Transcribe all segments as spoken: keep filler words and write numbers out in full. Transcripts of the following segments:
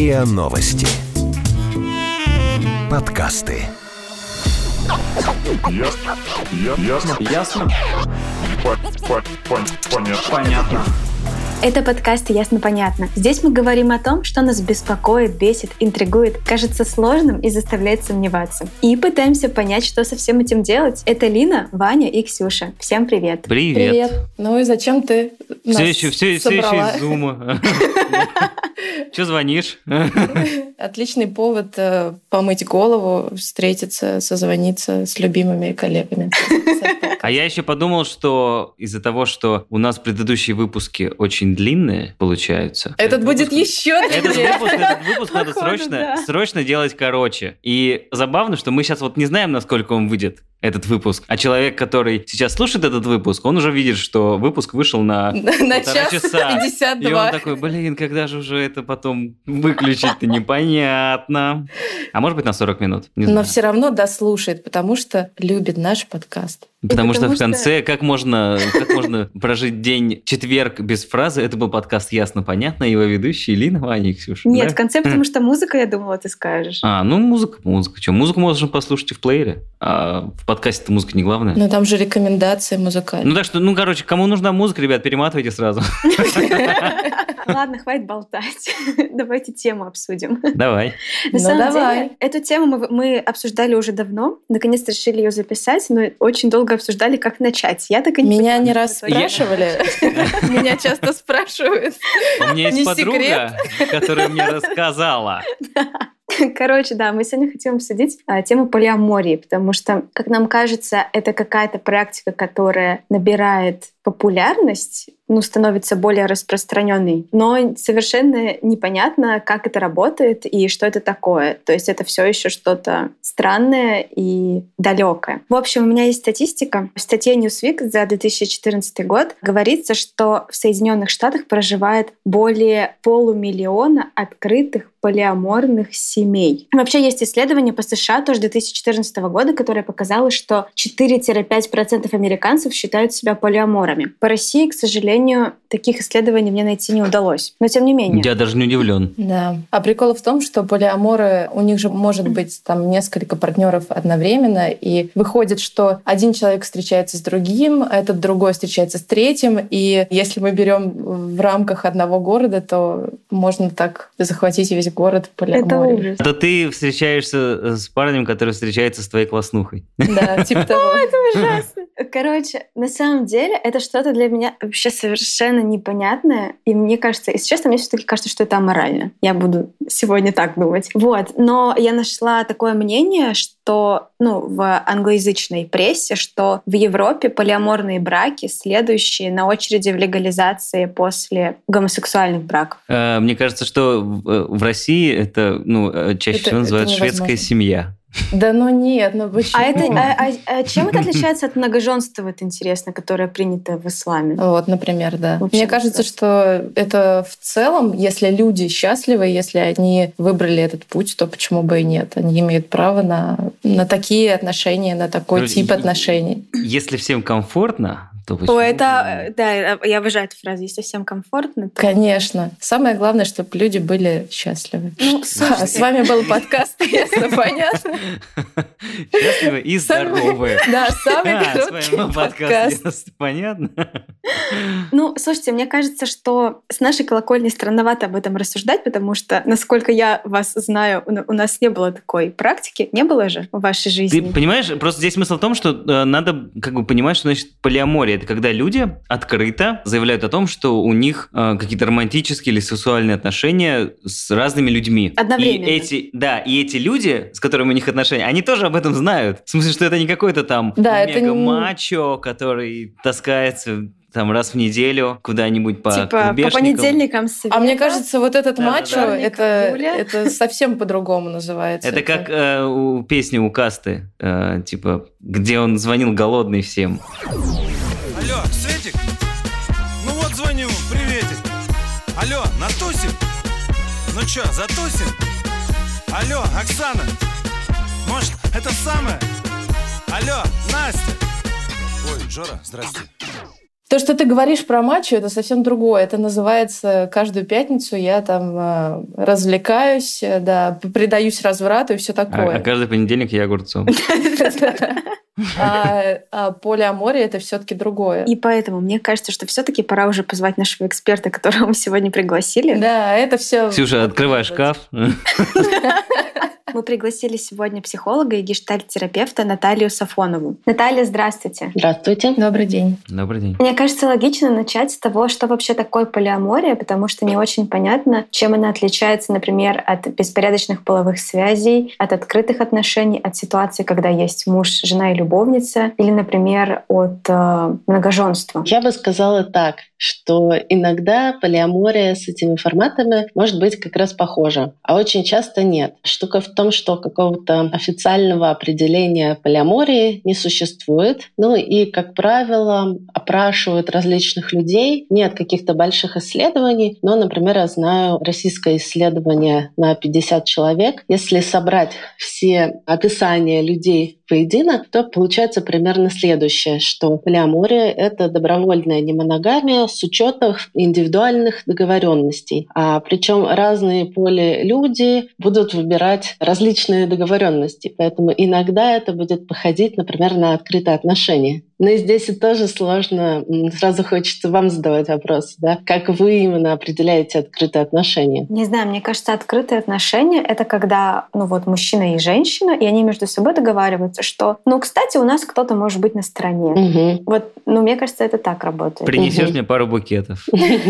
РИА Новости. Подкасты. Ясно. Ясно. Ясно. Понятно. Понятно. Это подкаст «Ясно-понятно». Здесь мы говорим о том, что нас беспокоит, бесит, интригует, кажется сложным и заставляет сомневаться. И пытаемся понять, что со всем этим делать. Это Лина, Ваня и Ксюша. Всем привет. Привет. Привет. Ну и зачем ты нас Все еще, все, все еще собрала? из зума. Че звонишь? Отличный повод э, помыть голову, встретиться, созвониться с любимыми коллегами. А я еще подумал, что из-за того, что у нас предыдущие выпуски очень длинные получаются. Этот будет еще Этот длиннее. выпуск, этот выпуск надо Походу, срочно, да. срочно делать короче. И забавно, что мы сейчас вот не знаем, насколько он выйдет, этот выпуск. А человек, который сейчас слушает этот выпуск, он уже видит, что выпуск вышел на, На полтора час часа. пятьдесят И он два. такой, блин, когда же уже это потом выключить-то, непонятно. А может быть на сорок минут, не Но знаю. все равно дослушает, потому что любит наш подкаст. Потому, потому что в что- конце, как можно, как можно прожить день четверг без фразы? Это был подкаст «Ясно, понятно», его ведущие Лина, Ваня и Ксюша. Нет, да? в конце, потому что музыка, я думала, ты скажешь. А, ну музыка, музыка. Что, музыку можно послушать и в плеере, а в подкасте-то музыка не главное. Но там же рекомендации музыкальные. Ну так что, ну короче, кому нужна музыка, ребят, перематывайте сразу. Ладно, хватит болтать. Давайте тему обсудим. Давай. На Ну, самом давай. деле, эту тему мы, мы обсуждали уже давно. Наконец решили ее записать, но очень долго обсуждали, как начать. Я так и не Меня поняла, не что раз в итоге. спрашивали. Меня часто спрашивают. У меня есть Не подруга, которая мне рассказала. Короче, да, мы сегодня хотим обсудить а, тему полиамории, потому что, как нам кажется, это какая-то практика, которая набирает популярность, ну, становится более распространенной, но совершенно непонятно, как это работает и что это такое. То есть это все еще что-то странное и далекое. В общем, у меня есть статистика. В статье Newsweek за две тысячи четырнадцатый год говорится, что в Соединенных Штатах проживает более полумиллиона открытых полиаморных семей. Вообще есть исследование по США тоже две тысячи четырнадцатого года, которое показало, что четыре-пять процентов американцев считают себя полиаморами. По России, к сожалению, таких исследований мне найти не удалось. Но тем не менее. Я даже не удивлен. Да. А прикол в том, что полиаморы, у них же может быть там несколько партнеров одновременно, и выходит, что один человек встречается с другим, а этот другой встречается с третьим, и если мы берем в рамках одного города, то можно так захватить весь город в Это полиамории. ужас. Это ты встречаешься с парнем, который встречается с твоей класснухой. Да, типа того. Ужасно. Короче, на самом деле это что-то для меня вообще совершенно непонятное. И мне кажется, если честно, мне все-таки кажется, что это аморально. Я буду сегодня так думать. Вот. Но я нашла такое мнение, что ну, в англоязычной прессе, что в Европе полиаморные браки следующие на очереди в легализации после гомосексуальных браков. Э, Мне кажется, что в в России это, ну, э, чаще Это- всего называют это шведская невозможно. семья. Да ну нет, ну почему? А, это, а, а- а чем это отличается от многоженства, вот интересно, которое принято в исламе? Вот, например, да. Вообще Мне кажется, ужасно. что это в целом, если люди счастливы, если они выбрали этот путь, то почему бы и нет? Они имеют право на, на такие отношения, на такой Ну, тип и- отношений. Если всем комфортно, то почему? О, это, бы э, да, я обожаю эту фразу. Если всем комфортно, то... Конечно. Самое главное, чтобы люди были счастливы. Ну, А, с вами был подкаст «Ясно, понятно». нет? Счастливы и Самый- здоровы. Да, самый А, с короткий вами был подкаст. подкаст. Ясно, понятно? Ну, слушайте, мне кажется, что с нашей колокольни странновато об этом рассуждать, потому что, насколько я вас знаю, у у нас не было такой практики. Не было же в вашей Ты жизни? понимаешь, просто здесь смысл в том, что э, надо как бы понимать, что значит полиамория. Это когда люди открыто заявляют о том, что у них э, какие-то романтические или сексуальные отношения с разными людьми. Одновременно. И эти, да, и эти люди, с которыми у них отношения, они тоже об этом знают. В смысле, что это не какой-то там Да, это не- мега-мачо, который таскается там раз в неделю куда-нибудь по Типа по клубешникам. понедельникам света. А мне кажется, вот этот Да-да-да. мачо, Вторник, это, Юля. это совсем по-другому называется. Это как э, у песни у Касты, э, типа, где он звонил голодный всем. Алло, Светик? Ну вот звоню, приветик. Алло, Натусин? Ну чё, затусим? Алло, Оксана? Может, это самое? Алло, Настя? Ой, Жора, здрасте. То, что ты говоришь про мачо, это совсем другое. Это называется каждую пятницу я там э, развлекаюсь, э, да, предаюсь разврату и все такое. А, а каждый понедельник я огурцом. А, а полиамория — это все-таки другое. И поэтому мне кажется, что все-таки пора уже позвать нашего эксперта, которого мы сегодня пригласили. Да, это все. Ксюша, открывай шкаф. Мы пригласили сегодня психолога и гештальт-терапевта Наталью Сафонову. Наталья, здравствуйте. Здравствуйте. Добрый день. Добрый день. Мне кажется, логично начать с того, что вообще такое полиамория, потому что не очень понятно, чем она отличается, например, от беспорядочных половых связей, от открытых отношений, от ситуации, когда есть муж, жена и любовница, или, например, от э, многоженства. Я бы сказала так, что иногда полиамория с этими форматами может быть как раз похожа, а очень часто нет. Штука в том, что какого-то официального определения полиамории не существует. Ну и, как правило, опрашивают различных людей. Нет каких-то больших исследований, но, например, я знаю российское исследование на пятьдесят человек. Если собрать все описания людей воедино, то получается примерно следующее, что полиамория — это добровольная немоногамия с учетом индивидуальных договоренностей. А причем разные полилюди будут выбирать различные договоренности. Поэтому иногда это будет походить, например, на открытые отношения. Но и здесь и тоже сложно. Сразу хочется вам задавать вопрос, да? Как вы именно определяете открытые отношения? Не знаю, мне кажется, открытые отношения — это когда, ну вот, мужчина и женщина, и они между собой договариваются, что, ну, кстати, у нас кто-то может быть на стороне. Угу. Вот, ну, мне кажется, это так работает. Принесешь Угу. мне пару букетов.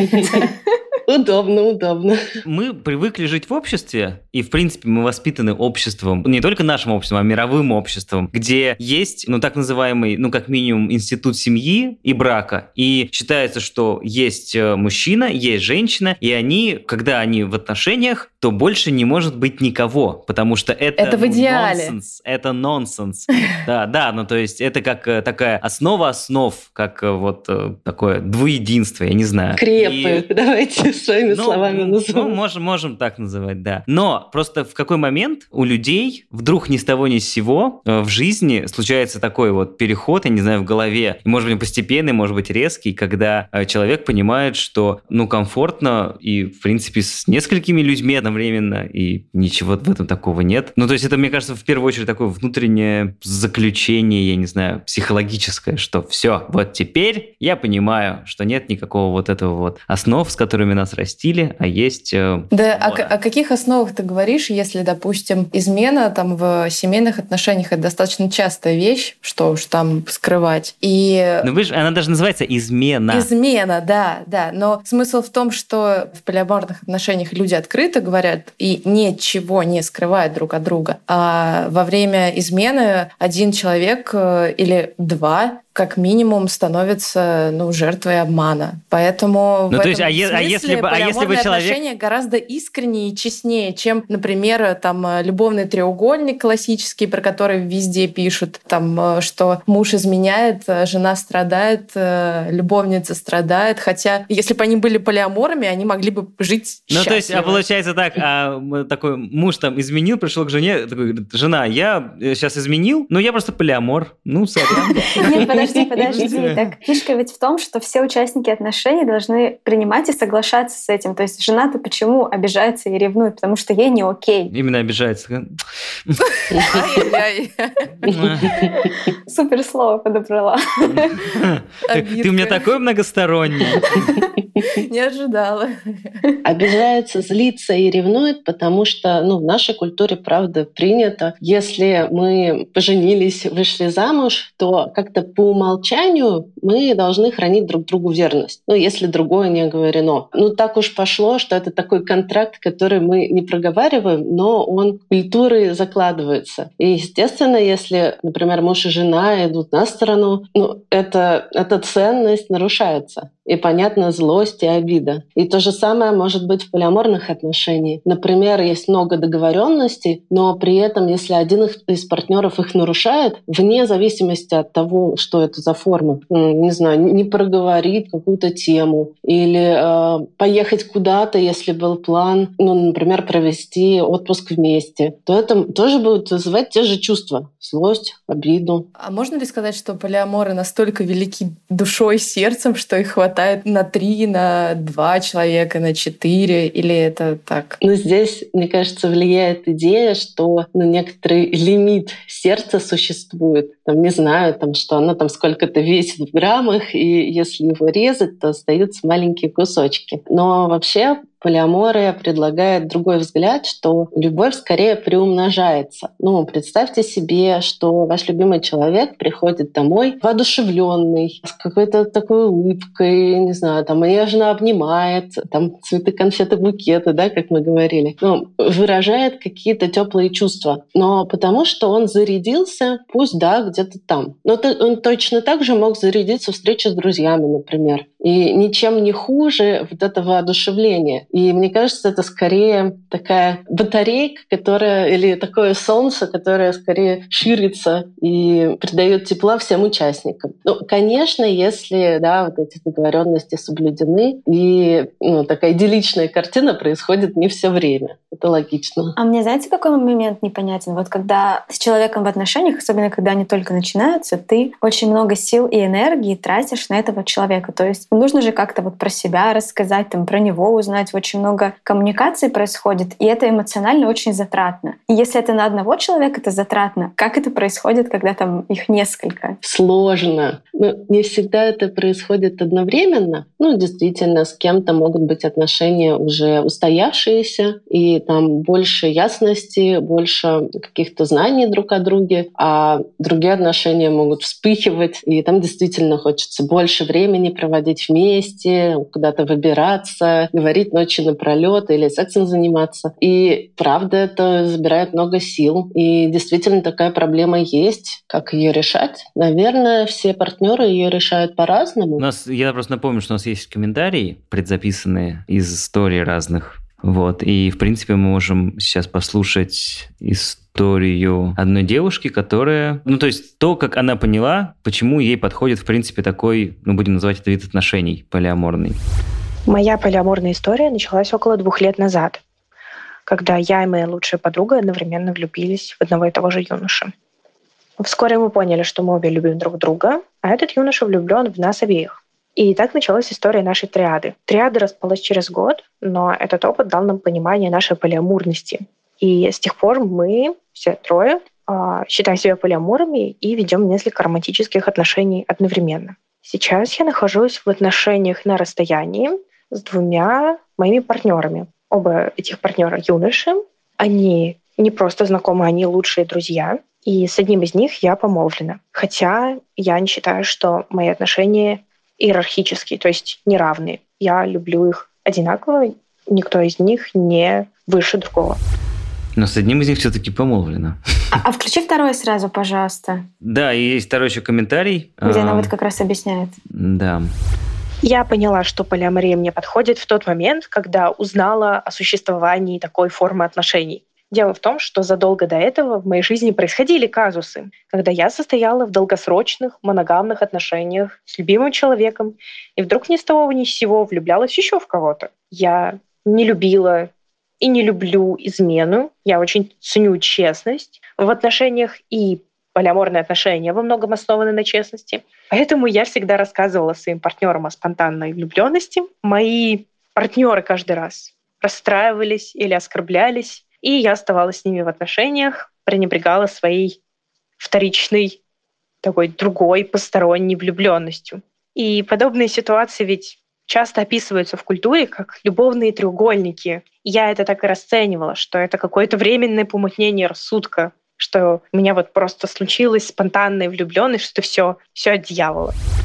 Удобно, удобно. Мы привыкли жить в обществе, и, в принципе, мы воспитаны обществом, не только нашим обществом, а мировым обществом, где есть, ну, так называемый, ну, как минимум, институт семьи и брака. И считается, что есть мужчина, есть женщина, и они, когда они в отношениях, то больше не может быть никого, потому что это, Это в ну, идеале. нонсенс. Это нонсенс. Да, да, ну, то есть это как э, такая основа основ, как э, вот э, такое двуединство, я не знаю. Крепы, И- давайте своими ну, словами ну, назовем. можем, можем так называть, да. Но просто в какой момент у людей вдруг ни с того ни с сего э, в жизни случается такой вот переход, я не знаю, в голове, и, может быть, постепенный, может быть, резкий, когда э, человек понимает, что, ну, комфортно и, в принципе, с несколькими людьми одновременно, и ничего в этом такого нет. Ну, то есть это, мне кажется, в первую очередь такое внутреннее заключение, я не знаю, психологическое, что все, вот теперь я понимаю, что нет никакого вот этого вот основ, с которыми нас растили, а есть... э, Да, о, свобода. о каких основах ты говоришь, если, допустим, измена там в семейных отношениях — это достаточно частая вещь, что уж там скрывать. И Ну, видишь, она даже называется измена. измена, да, да. Но смысл в том, что в полиаморных отношениях люди открыто говорят и ничего не скрывают друг от друга. А во время измены один человек э, или два как минимум становится, ну, жертвой обмана. Поэтому Ну, в то есть, этом а е- а смысле если бы- а если бы полиаморные человек- отношения гораздо искреннее и честнее, чем, например, там любовный треугольник классический, про который везде пишут, там, что муж изменяет, жена страдает, любовница страдает. Хотя, если бы они были полиаморами, они могли бы жить Ну, счастливо. то есть, а получается так, а, м, такой муж там изменил, пришел к жене, такой говорит: жена, я сейчас изменил, но я просто полиамор. Ну, сорян. Нет, подожди, подожди. Так фишка ведь в том, что все участники отношений должны принимать и соглашаться с этим. То есть жена-то почему обижается и ревнует? Потому что ей не окей. Именно обижается. Ай-яй-яй. Супер слово подобрала. Ты у меня такой многосторонний. Не ожидала. Обижается, злится и ревнует, потому что, ну, в нашей культуре, правда, принято, если мы поженились, вышли замуж, то как-то по умолчанию мы должны хранить друг другу верность. Ну, если другое не оговорено. Ну, так уж пошло, что это такой контракт, который мы не проговариваем, но он культурой закладывается. И, естественно, если, например, муж и жена идут на сторону, ну, это, эта ценность нарушается. и понятна злость и обида. И то же самое может быть в полиаморных отношениях. Например, есть много договоренностей, но при этом, если один из партнеров их нарушает, вне зависимости от того, что это за форма, не знаю, не проговорит какую-то тему или э, поехать куда-то, если был план, ну, например, провести отпуск вместе, то это тоже будет вызывать те же чувства: злость, обиду. А можно ли сказать, что полиаморы настолько велики душой, сердцем, что их хватает на три, на два человека, на четыре, или это так? Ну, здесь, мне кажется, влияет идея, что ну, некоторый лимит сердца существует. Там, не знаю, там, что оно там сколько-то весит в граммах, и если его резать, то остаются маленькие кусочки. Но вообще полиамория предлагает другой взгляд, что любовь скорее приумножается. Ну, представьте себе, что ваш любимый человек приходит домой воодушевленный, с какой-то такой улыбкой, не знаю, там нежно обнимает, там цветы, конфеты, букеты, да, как мы говорили. Ну, выражает какие-то теплые чувства. Но потому что он зарядился, пусть, да, где-то там. Но он точно так же мог зарядиться встречей с друзьями, например. И ничем не хуже вот это воодушевление. И мне кажется, это скорее такая батарейка, которая, или такое солнце, которое скорее ширится и придает тепла всем участникам. Ну, конечно, если, да, вот эти договоренности соблюдены, и ну, такая идилличная картина происходит не все время. Это логично. А мне, знаете, какой момент непонятен? Вот когда с человеком в отношениях, особенно когда они только начинаются, ты очень много сил и энергии тратишь на этого человека. То есть нужно же как-то вот про себя рассказать, там, про него узнать. Очень много коммуникаций происходит, и это эмоционально очень затратно. И если это на одного человека, это затратно. Как это происходит, когда там их несколько? Сложно. Ну, не всегда это происходит одновременно. Ну, действительно, с кем-то могут быть отношения уже устоявшиеся, и там больше ясности, больше каких-то знаний друг о друге, а другие отношения могут вспыхивать, и там действительно хочется больше времени проводить вместе, куда-то выбираться, говорить ночью напролёт или сексом заниматься. И правда, это забирает много сил. И действительно такая проблема есть. Как ее решать? Наверное, все партнеры ее решают по-разному. У нас, я просто напомню, что у нас есть комментарии, предзаписанные из историй разных. Вот. И, в принципе, мы можем сейчас послушать историю одной девушки, которая... Ну, то есть то, как она поняла, почему ей подходит, в принципе, такой, ну, будем называть это вид отношений, полиаморный. Моя полиаморная история началась около двух лет назад, когда я и моя лучшая подруга одновременно влюбились в одного и того же юношу. Вскоре мы поняли, что мы обе любим друг друга, а этот юноша влюблен в нас обеих. И так началась история нашей триады. Триада распалась через год, но этот опыт дал нам понимание нашей полиамурности. И с тех пор мы, все трое, считаем себя полиаморами и ведем несколько романтических отношений одновременно. Сейчас я нахожусь в отношениях на расстоянии с двумя моими партнерами. Оба этих партнера юноши. Они не просто знакомы, они лучшие друзья. И с одним из них я помолвлена. Хотя я не считаю, что мои отношения иерархические, то есть неравные. Я люблю их одинаково, никто из них не выше другого. Но с одним из них все-таки помолвлена. А, а включи второй сразу, пожалуйста. Да, и есть второй еще комментарий. Где она вот как раз объясняет. Да. Я поняла, что полиамория мне подходит в тот момент, когда узнала о существовании такой формы отношений. Дело в том, что задолго до этого в моей жизни происходили казусы, когда я состояла в долгосрочных моногамных отношениях с любимым человеком, и вдруг ни с того ни с сего влюблялась еще в кого-то. Я не любила и не люблю измену. Я очень ценю честность в отношениях, и полиаморные отношения во многом основаны на честности. Поэтому я всегда рассказывала своим партнерам о спонтанной влюбленности. Мои партнеры каждый раз расстраивались или оскорблялись, и я оставалась с ними в отношениях, пренебрегала своей вторичной, такой другой, посторонней влюбленностью. И подобные ситуации ведь часто описываются в культуре как любовные треугольники. Я это так и расценивала, что это какое-то временное помутнение рассудка, что у меня вот просто случилась спонтанная влюбленность, что все, все от дьявола.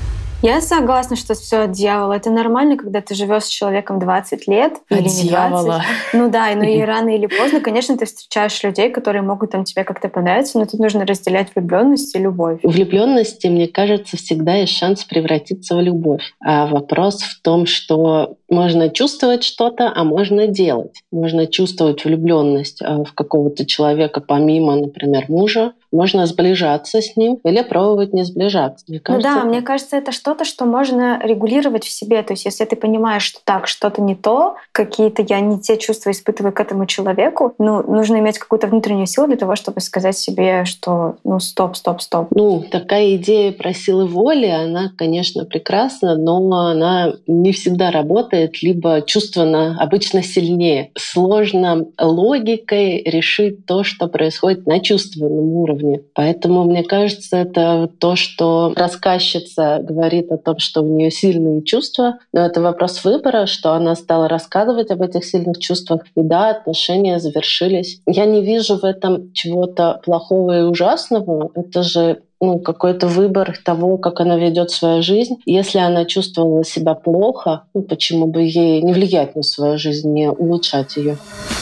Я согласна, что все от дьявола. Это нормально, когда ты живешь с человеком двадцать лет От или не дьявола. двадцать. Ну да, но и рано или поздно, конечно, ты встречаешь людей, которые могут там тебе как-то понравиться, но тут нужно разделять влюбленность и любовь. У влюбленности, мне кажется, всегда есть шанс превратиться в любовь. А вопрос в том, что можно чувствовать что-то, а можно делать. Можно чувствовать влюбленность в какого-то человека помимо, например, мужа. Можно сближаться с ним или пробовать не сближаться. Мне кажется, Ну да, это... мне кажется, это что-то, что можно регулировать в себе. То есть если ты понимаешь, что так, что-то не то, какие-то я не те чувства испытываю к этому человеку, ну, нужно иметь какую-то внутреннюю силу для того, чтобы сказать себе, что ну стоп, стоп, стоп. Ну, такая идея про силы воли, она, конечно, прекрасна, но она не всегда работает, либо чувственно обычно сильнее. Сложно логикой решить то, что происходит на чувственном уровне. Поэтому, мне кажется, это то, что рассказчица говорит о том, что у нее сильные чувства, но это вопрос выбора, что она стала рассказывать об этих сильных чувствах, и да, отношения завершились. Я не вижу в этом чего-то плохого и ужасного. Это же ну, какой-то выбор того, как она ведет свою жизнь. Если она чувствовала себя плохо, ну, почему бы ей не влиять на свою жизнь, не улучшать ее?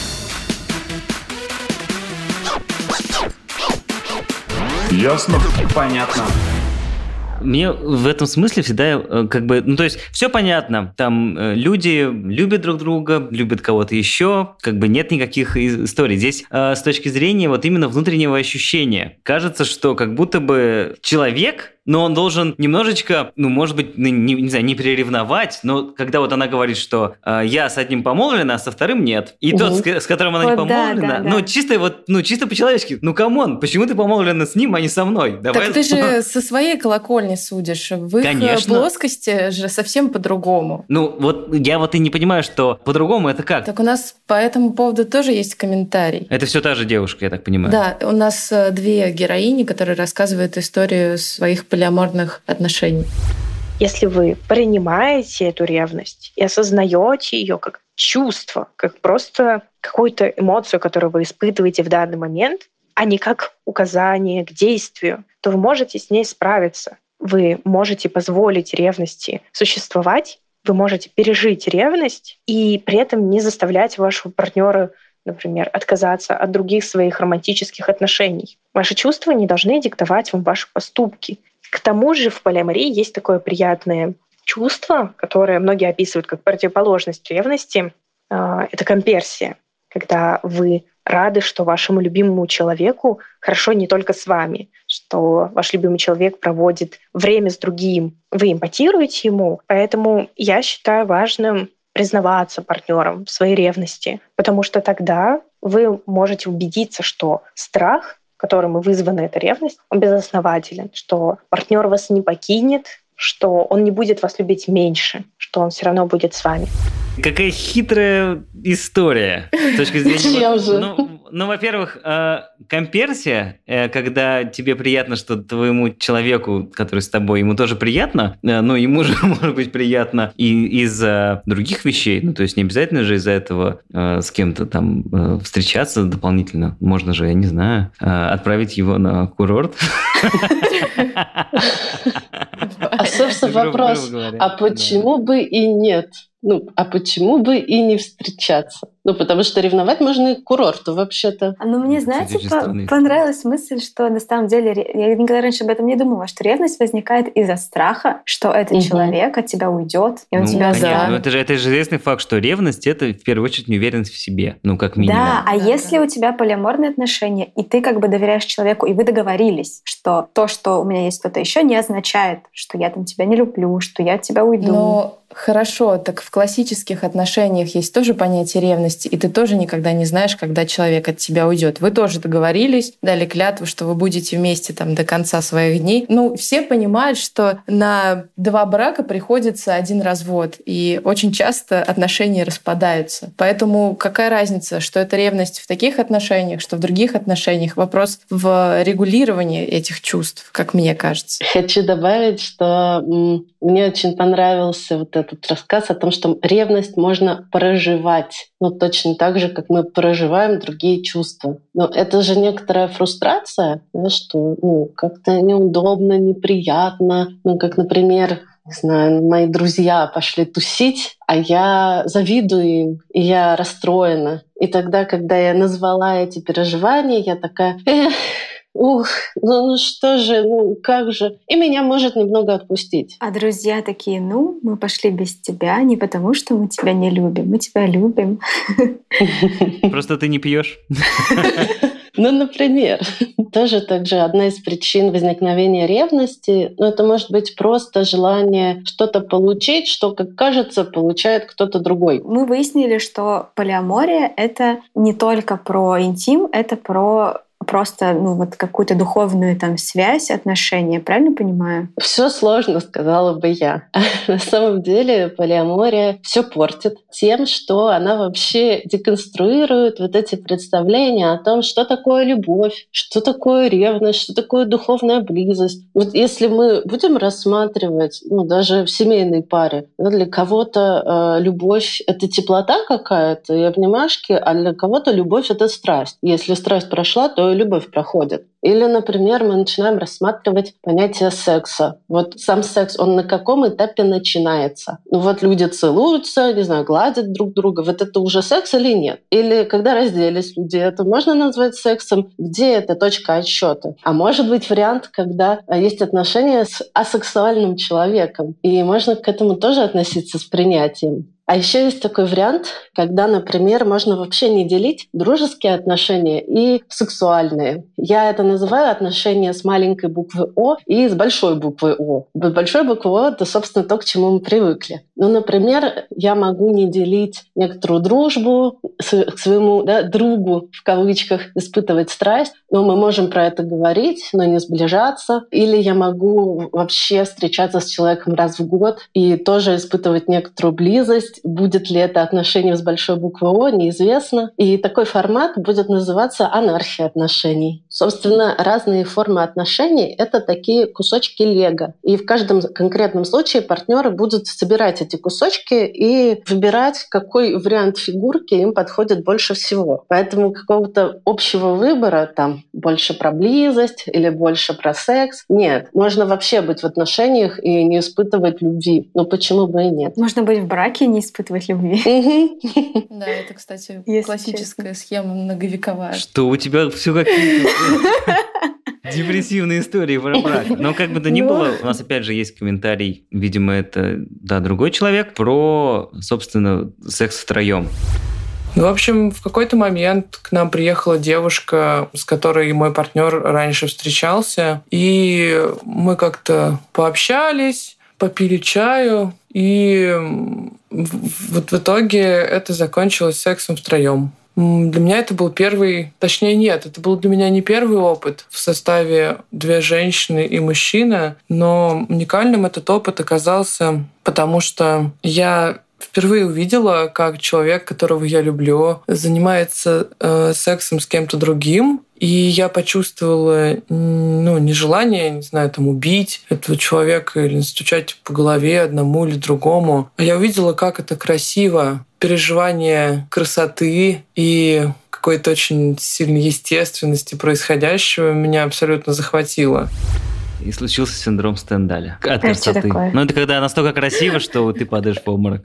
Ясно? Понятно. Мне в этом смысле всегда как бы, ну то есть все понятно, там э, люди любят друг друга, любят кого-то еще, как бы нет никаких историй. Здесь э, с точки зрения вот именно внутреннего ощущения кажется, что как будто бы человек, но он должен немножечко, ну, может быть, не, не знаю, не переревновать, но когда вот она говорит, что э, я с одним помолвлена, а со вторым нет, и угу. тот, с, с которым она вот не помолвлена, да, да, ну, да. чисто вот, ну, чисто по-человечески, ну, камон, почему ты помолвлена с ним, а не со мной? Давай. Так ты же со своей колокольни судишь, в их Конечно. Плоскости же совсем по-другому. Ну, вот я вот и не понимаю, что по-другому это как? Так у нас по этому поводу тоже есть комментарий. Это все та же девушка, я так понимаю. Да, у нас две героини, которые рассказывают историю своих полиаморных отношений. Если вы принимаете эту ревность и осознаете ее как чувство, как просто какую-то эмоцию, которую вы испытываете в данный момент, а не как указание к действию, то вы можете с ней справиться. Вы можете позволить ревности существовать, вы можете пережить ревность и при этом не заставлять вашего партнера, например, отказаться от других своих романтических отношений. Ваши чувства не должны диктовать вам ваши поступки. К тому же в полиамории есть такое приятное чувство, которое многие описывают как противоположность ревности. Это комперсия, когда вы рады, что вашему любимому человеку хорошо не только с вами, что ваш любимый человек проводит время с другим. Вы эмпатируете ему, поэтому я считаю важным признаваться партнерам в своей ревности, потому что тогда вы можете убедиться, что страх, которым вызвана эта ревность, он безоснователен, что партнер вас не покинет, что он не будет вас любить меньше, что он все равно будет с вами. Какая хитрая история с точки зрения... Чем же? Ну, ну, во-первых, комперсия, когда тебе приятно, что твоему человеку, который с тобой, ему тоже приятно, но ему же может быть приятно и из-за других вещей, ну, то есть не обязательно же из-за этого с кем-то там встречаться дополнительно. Можно же, я не знаю, отправить его на курорт. А, собственно, вопрос, а почему бы и нет? Ну, а почему бы и не встречаться? Ну, потому что ревновать можно и к курорту, вообще-то. Ну, мне, знаете, по- понравилась мысль, что на самом деле, я никогда раньше об этом не думала, что ревность возникает из-за страха, что этот угу. человек от тебя уйдет, и он ну, тебя за... Ну, это же, это же известный факт, что ревность — это, в первую очередь, неуверенность в себе, ну, как минимум. Да, а да, если да. у тебя полиаморные отношения, и ты как бы доверяешь человеку, и вы договорились, что то, что у меня есть кто-то еще, не означает, что я там тебя не люблю, что я от тебя уйду. Но хорошо, так в классических отношениях есть тоже понятие ревности, и ты тоже никогда не знаешь, когда человек от тебя уйдет. Вы тоже договорились, дали клятву, что вы будете вместе там до конца своих дней. Ну, все понимают, что на два брака приходится один развод, и очень часто отношения распадаются. Поэтому какая разница, что это ревность в таких отношениях, что в других отношениях? Вопрос в регулировании этих чувств, как мне кажется. Хочу добавить, что м, мне очень понравился вот этот рассказ о том, что ревность можно проживать. Ну, точно так же, как мы проживаем другие чувства. Но это же некоторая фрустрация, да, что ну, как-то неудобно, неприятно. Ну, как, например, не знаю, мои друзья пошли тусить, а я завидую им, и я расстроена. И тогда, когда я назвала эти переживания, я такая... Эх, ух, ну, ну что же, ну как же. И меня может немного отпустить. А друзья такие, ну, мы пошли без тебя не потому, что мы тебя не любим, мы тебя любим. Просто ты не пьешь. Ну, например, тоже также одна из причин возникновения ревности, ну, это может быть просто желание что-то получить, что, как кажется, получает кто-то другой. Мы выяснили, что полиамория — это не только про интим, это про просто ну, вот какую-то духовную там связь, отношения. Правильно понимаю? Все сложно, сказала бы я. На самом деле полиамория все портит тем, что она вообще деконструирует вот эти представления о том, что такое любовь, что такое ревность, что такое духовная близость. Вот если мы будем рассматривать, ну, даже в семейной паре, ну, для кого-то э, любовь — это теплота какая-то и обнимашки, а для кого-то любовь — это страсть. Если страсть прошла, то любовь проходит. Или, например, мы начинаем рассматривать понятие секса. Вот сам секс, он на каком этапе начинается? Ну вот люди целуются, не знаю, гладят друг друга. Вот это уже секс или нет? Или когда разделись люди, это можно назвать сексом? Где эта точка отсчета? А может быть вариант, когда есть отношения с асексуальным человеком. И можно к этому тоже относиться с принятием. А еще есть такой вариант, когда, например, можно вообще не делить дружеские отношения и сексуальные. Я это называю отношения с маленькой буквы «О» и с большой буквы «О». Большой буквы «О» — это, собственно, то, к чему мы привыкли. Ну, например, я могу не делить некоторую дружбу к своему да, другу, в кавычках, испытывать страсть, но мы можем про это говорить, но не сближаться. Или я могу вообще встречаться с человеком раз в год и тоже испытывать некоторую близость. Будет ли это отношение с большой буквы «О», неизвестно. И такой формат будет называться анархия отношений. Собственно, разные формы отношений — это такие кусочки лего. И в каждом конкретном случае партнеры будут собирать эти кусочки и выбирать, какой вариант фигурки им подходит больше всего. Поэтому какого-то общего выбора, там, больше про близость или больше про секс, нет. Можно вообще быть в отношениях и не испытывать любви. Ну почему бы и нет? Можно быть в браке и не испытывать любви. Да, это, кстати, классическая схема многовековая. Что у тебя все какие-то депрессивные истории про брак. Но как бы то ни было, у нас опять же есть комментарий, видимо, это да, другой человек, про, собственно, секс втроем. Ну, в общем, в какой-то момент к нам приехала девушка, с которой мой партнер раньше встречался, и мы как-то пообщались, попили чаю, и вот в итоге это закончилось сексом втроем. Для меня это был первый, точнее нет, это был для меня не первый опыт в составе две женщины и мужчина, но уникальным этот опыт оказался, потому что я впервые увидела, как человек, которого я люблю, занимается э, сексом с кем-то другим, и я почувствовала ну, нежелание, не знаю, там, убить этого человека или стучать по голове одному или другому. А я увидела, как это красиво, переживание красоты и какой-то очень сильной естественности происходящего меня абсолютно захватило. И случился синдром Стендаля от красоты. Ну, это когда настолько красиво, что ты падаешь в обморок.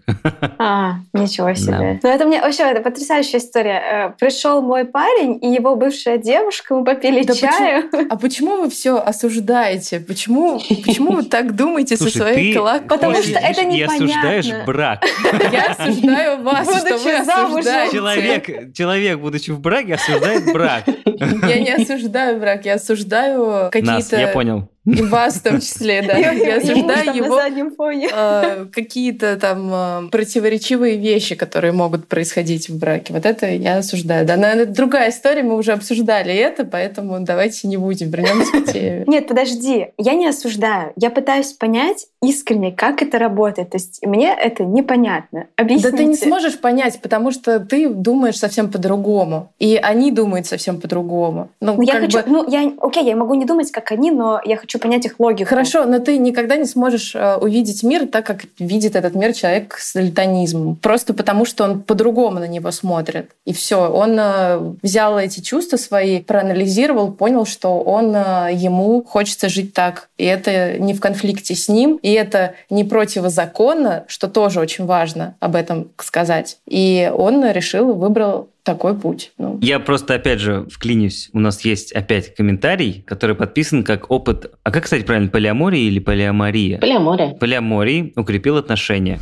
А, ничего себе. Да. Ну, это мне вообще это потрясающая история. Пришел мой парень и его бывшая девушка, мы попили да чаю. Почему? А почему вы все осуждаете? Почему, почему вы так думаете Слушай, со своей колокольни? Потому что это и непонятно. осуждаешь брак. Я осуждаю вас, что вы осуждаете. Человек, человек, будучи в браке, осуждает брак. Я не осуждаю брак, я осуждаю какие-то... Нас, я понял. И вас в том числе, да. Я осуждаю его на заднем фоне. э, какие-то там э, противоречивые вещи, которые могут происходить в браке. Вот это я осуждаю. Да, но это другая история, мы уже обсуждали это, поэтому давайте не будем, вернемся к теме. Нет, подожди, я не осуждаю. Я пытаюсь понять искренне, как это работает. То есть мне это непонятно. Объясните. Да ты не сможешь понять, потому что ты думаешь совсем по-другому. И они думают совсем по-другому. Ну, Ну, я как хочу, бы... ну, я, окей, я могу не думать, как они, но я хочу хочу понять их логику. Хорошо, но ты никогда не сможешь увидеть мир так, как видит этот мир человек с литонизмом. Просто потому, что он по-другому на него смотрит. И все. Он взял эти чувства свои, проанализировал, понял, что он, ему хочется жить так. И это не в конфликте с ним, и это не противозаконно, что тоже очень важно об этом сказать. И он решил, выбрал такой путь. Ну. Я просто, опять же, вклинюсь. У нас есть опять комментарий, который подписан как опыт... А как, кстати, правильно, полиамория или полиамория? Полиамория. Полиаморий укрепил отношения.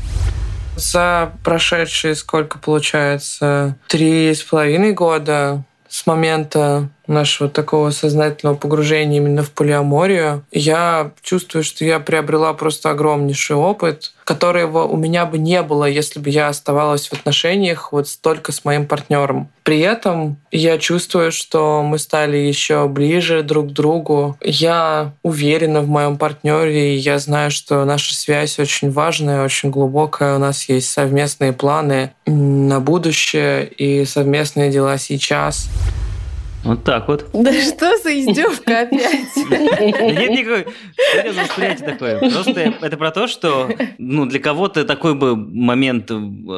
За прошедшие, сколько получается, три с половиной года с момента нашего такого сознательного погружения именно в полиаморию, я чувствую, что я приобрела просто огромнейший опыт, которого у меня бы не было, если бы я оставалась в отношениях вот столько с моим партнером. При этом я чувствую, что мы стали еще ближе друг к другу. Я уверена в моем партнере, и я знаю, что наша связь очень важная, очень глубокая. У нас есть совместные планы на будущее и совместные дела сейчас. Вот так вот. Да что за издевка опять? Нет никакой... Серьезное восприятие такое. Просто это про то, что ну, для кого-то такой бы момент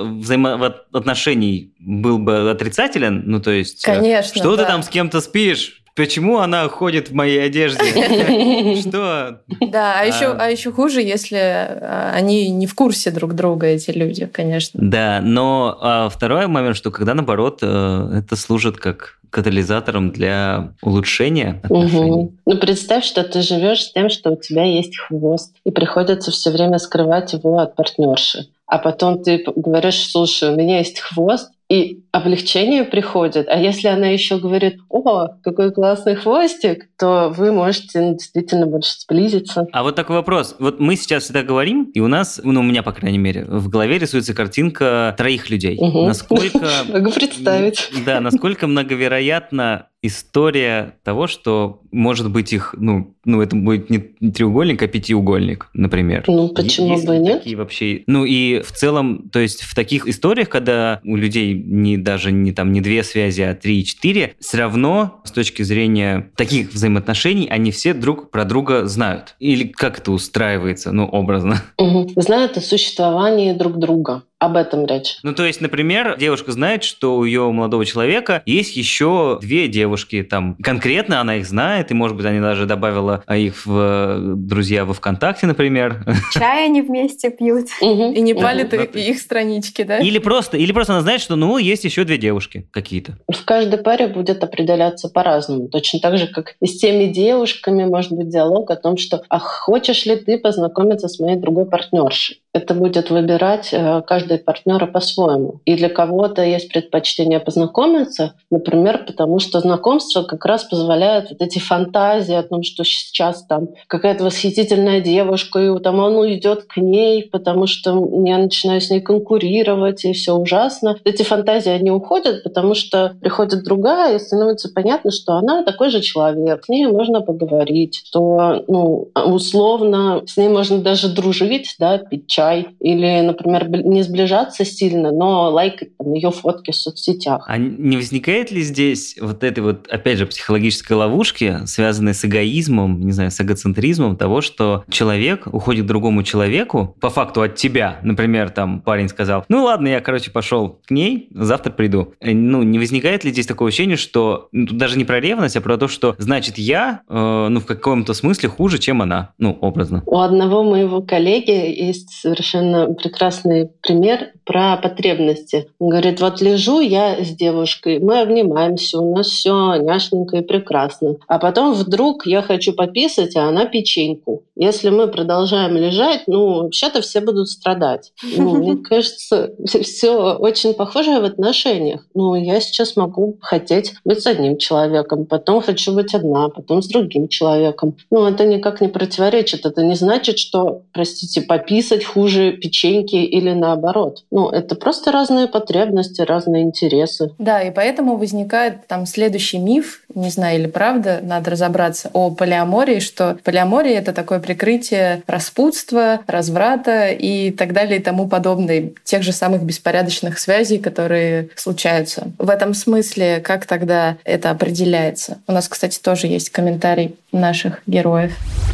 взаимоотношений был бы отрицателен. Ну, то есть... Конечно, Что да. ты там с кем-то спишь? Почему она ходит в моей одежде? Что? Да, а еще, а еще хуже, если они не в курсе друг друга, эти люди, конечно. Да, но а второй момент, что когда, наоборот, это служит как катализатором для улучшения отношений. Угу. Ну, представь, что ты живешь с тем, что у тебя есть хвост, и приходится все время скрывать его от партнерши. А потом ты говоришь: слушай, у меня есть хвост, и облегчение приходит. А если она еще говорит: о, какой классный хвостик, то вы можете ну, действительно больше сблизиться. А вот такой вопрос. Вот мы сейчас всегда говорим, и у нас, ну, у меня, по крайней мере, в голове рисуется картинка троих людей. Угу. Насколько... Могу представить. Да, насколько многовероятна история того, что, может быть, их, ну, ну это будет не треугольник, а пятиугольник, например. Ну, почему Есть бы и нет? Такие вообще... Ну, и в целом, то есть в таких историях, когда у людей не даже не, там, не две связи, а три и четыре, все равно с точки зрения таких взаимоотношений они все друг про друга знают. Или как это устраивается, ну, образно? Угу. Знают о существовании друг друга. Об этом речь. Ну, то есть, например, девушка знает, что у ее молодого человека есть еще две девушки. Там конкретно она их знает, и, может быть, она даже добавила их в друзья во ВКонтакте, например. Чай они вместе пьют. И не палят их странички, да? Или просто, или просто она знает, что, ну, есть еще две девушки какие-то. В каждой паре будет определяться по-разному. Точно так же, как и с теми девушками может быть диалог о том, что «а хочешь ли ты познакомиться с моей другой партнершей?» Это будет выбирать каждый партнера по-своему. И для кого-то есть предпочтение познакомиться, например, потому что знакомство как раз позволяет вот эти фантазии о том, что сейчас там какая-то восхитительная девушка, и там он уйдет к ней, потому что я начинаю с ней конкурировать, и все ужасно. Эти фантазии, они уходят, потому что приходит другая, и становится понятно, что она такой же человек, с ней можно поговорить, что ну, условно с ней можно даже дружить, да, пить чай, или, например, не сближаться сильно, но лайкать там, ее фотки в соцсетях. А не возникает ли здесь вот этой вот, опять же, психологической ловушки, связанной с эгоизмом, не знаю, с эгоцентризмом того, что человек уходит к другому человеку, по факту от тебя, например, там парень сказал: ну ладно, я, короче, пошел к ней, завтра приду. Ну, не возникает ли здесь такое ощущение, что ну, тут даже не про ревность, а про то, что значит я, э, ну, в каком-то смысле хуже, чем она, ну, образно? У одного моего коллеги есть совершенно прекрасный пример про потребности. Он говорит: вот лежу я с девушкой, мы обнимаемся, у нас все няшненько и прекрасно. А потом вдруг я хочу пописать, а она печеньку. Если мы продолжаем лежать, ну, вообще-то все будут страдать. Ну, мне кажется, все очень похоже в отношениях. Ну, я сейчас могу хотеть быть с одним человеком, потом хочу быть одна, потом с другим человеком. Ну, это никак не противоречит. Это не значит, что, простите, пописать хуже печеньки или наоборот. Ну, это просто разные потребности, разные интересы. Да, и поэтому возникает там следующий миф, не знаю, или правда, надо разобраться, о полиамории, что полиамория — это такое прикрытие распутства, разврата и так далее и тому подобное, тех же самых беспорядочных связей, которые случаются. В этом смысле как тогда это определяется? У нас, кстати, тоже есть комментарий наших героев.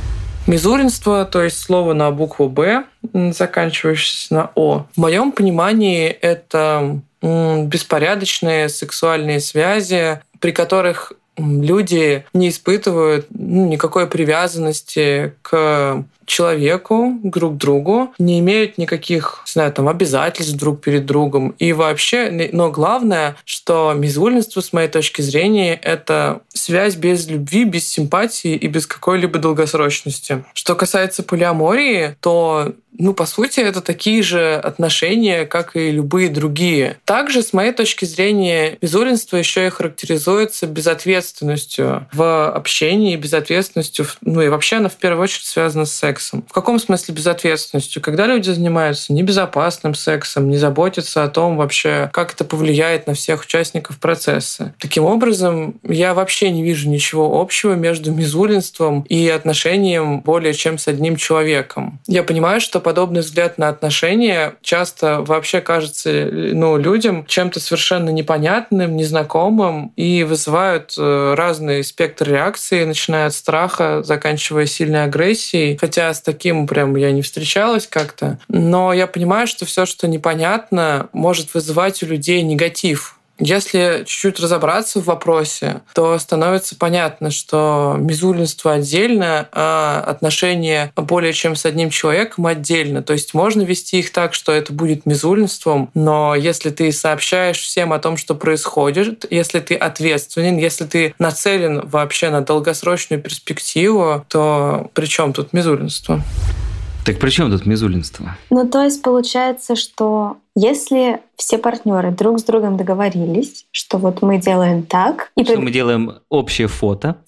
Мизуринство, то есть слово на букву «Б», заканчивающееся на «О». В моем понимании это беспорядочные сексуальные связи, при которых люди не испытывают ну, никакой привязанности к человеку, друг к другу, не имеют никаких, не знаю, там, обязательств друг перед другом. И вообще, но главное, что мизулинство, с моей точки зрения, это связь без любви, без симпатии и без какой-либо долгосрочности. Что касается полиамории, то ну, по сути, это такие же отношения, как и любые другие. Также, с моей точки зрения, мизулинство еще и характеризуется безответственностью в общении, безответственностью, ну и вообще оно в первую очередь связано с сексом. В каком смысле безответственностью? Когда люди занимаются небезопасным сексом, не заботятся о том вообще, как это повлияет на всех участников процесса. Таким образом, я вообще не вижу ничего общего между мизулинством и отношением более чем с одним человеком. Я понимаю, что подобный взгляд на отношения часто вообще кажется ну, людям чем-то совершенно непонятным, незнакомым и вызывают разный спектр реакций, начиная от страха, заканчивая сильной агрессией. Хотя с таким прям я не встречалась как-то. Но я понимаю, что все, что непонятно, может вызывать у людей негатив. Если чуть-чуть разобраться в вопросе, то становится понятно, что мизулинство отдельно, а отношения более чем с одним человеком отдельно. То есть можно вести их так, что это будет мизулинством, но если ты сообщаешь всем о том, что происходит, если ты ответственен, если ты нацелен вообще на долгосрочную перспективу, то при чем тут мизулинство? Так при чем тут мизулинство? Ну, то есть получается, что если все партнеры друг с другом договорились, что вот мы делаем так... И что при... мы делаем общее фото.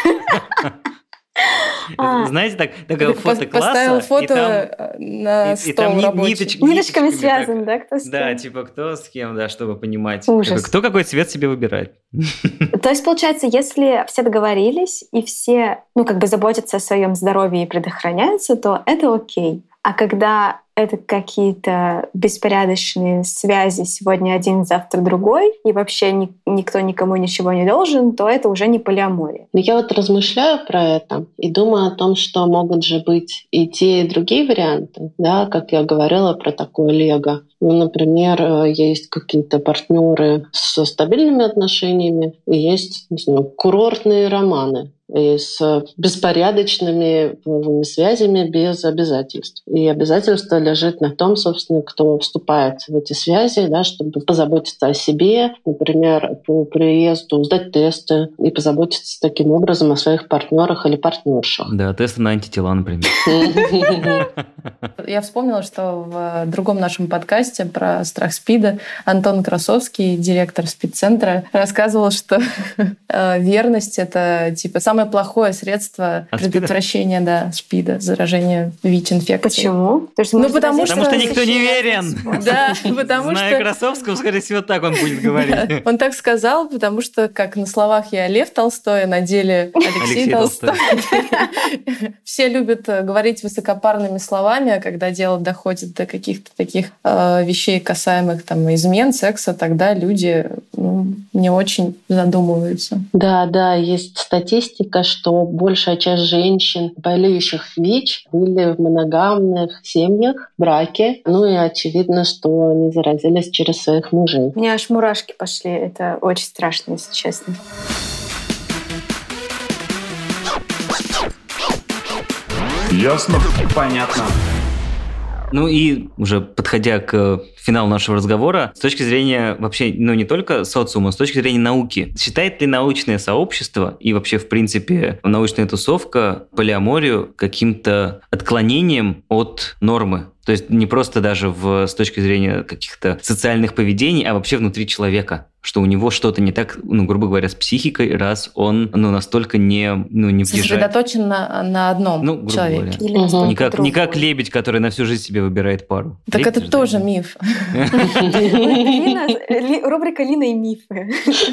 Знаете, так, такое фото класса. Поставил фото на стол рабочий. Ниточками связан, да, кто с кем? Да, типа кто с кем, да, чтобы понимать. Ужас. Кто какой цвет себе выбирает. То есть, получается, если все договорились и все, ну, как бы заботятся о своем здоровье и предохраняются, то это окей. А когда это какие-то беспорядочные связи, сегодня один, завтра другой, и вообще ни, никто никому ничего не должен, то это уже не полиамория. Но я вот размышляю про это и думаю о том, что могут же быть и те, и другие варианты, да, как я говорила про такое лего. Ну, например, есть какие-то партнеры со стабильными отношениями, и есть, не знаю, курортные романы и с беспорядочными половыми связями без обязательств. И обязательство лежит на том, собственно, кто вступает в эти связи, да, чтобы позаботиться о себе, например, по приезду сдать тесты и позаботиться таким образом о своих партнерах или партнершах. Да, тесты на антитела, например. Я вспомнила, что в другом нашем подкасте про страх СПИДа Антон Красовский, директор СПИД-центра, рассказывал, что верность — это типа самое плохое средство От предотвращения да, СПИДа, заражения ВИЧ-инфекцией. Почему? Ну, потому что... Потому что никто не верен. Да, потому что... Зная Красовского, скорее всего, так он будет говорить. Он так сказал, потому что, как на словах я Лев Толстой, а на деле Алексей Толстой. Все любят говорить высокопарными словами, а когда дело доходит до каких-то таких вещей, касаемых там измен, секса, тогда люди ну, не очень задумываются. Да, да, есть статистика, что большая часть женщин, болеющих ВИЧ, были в моногамных семьях, браке. Ну и очевидно, что они заразились через своих мужей. У меня аж мурашки пошли. Это очень страшно, если честно. Ясно? Понятно. Ну и уже подходя к финалу нашего разговора, с точки зрения вообще, ну не только социума, с точки зрения науки, считает ли научное сообщество и вообще, в принципе, научная тусовка полиаморию каким-то отклонением от нормы? То есть не просто даже в, с точки зрения каких-то социальных поведений, а вообще внутри человека, что у него что-то не так, ну, грубо говоря, с психикой, раз он ну, настолько не, ну, не въезжает. Сосредоточен на, на одном ну, человеке. Угу. Не, как, не как лебедь, который на всю жизнь себе выбирает пару. Так лебедь это тоже миф. Рубрика «Лина и мифы».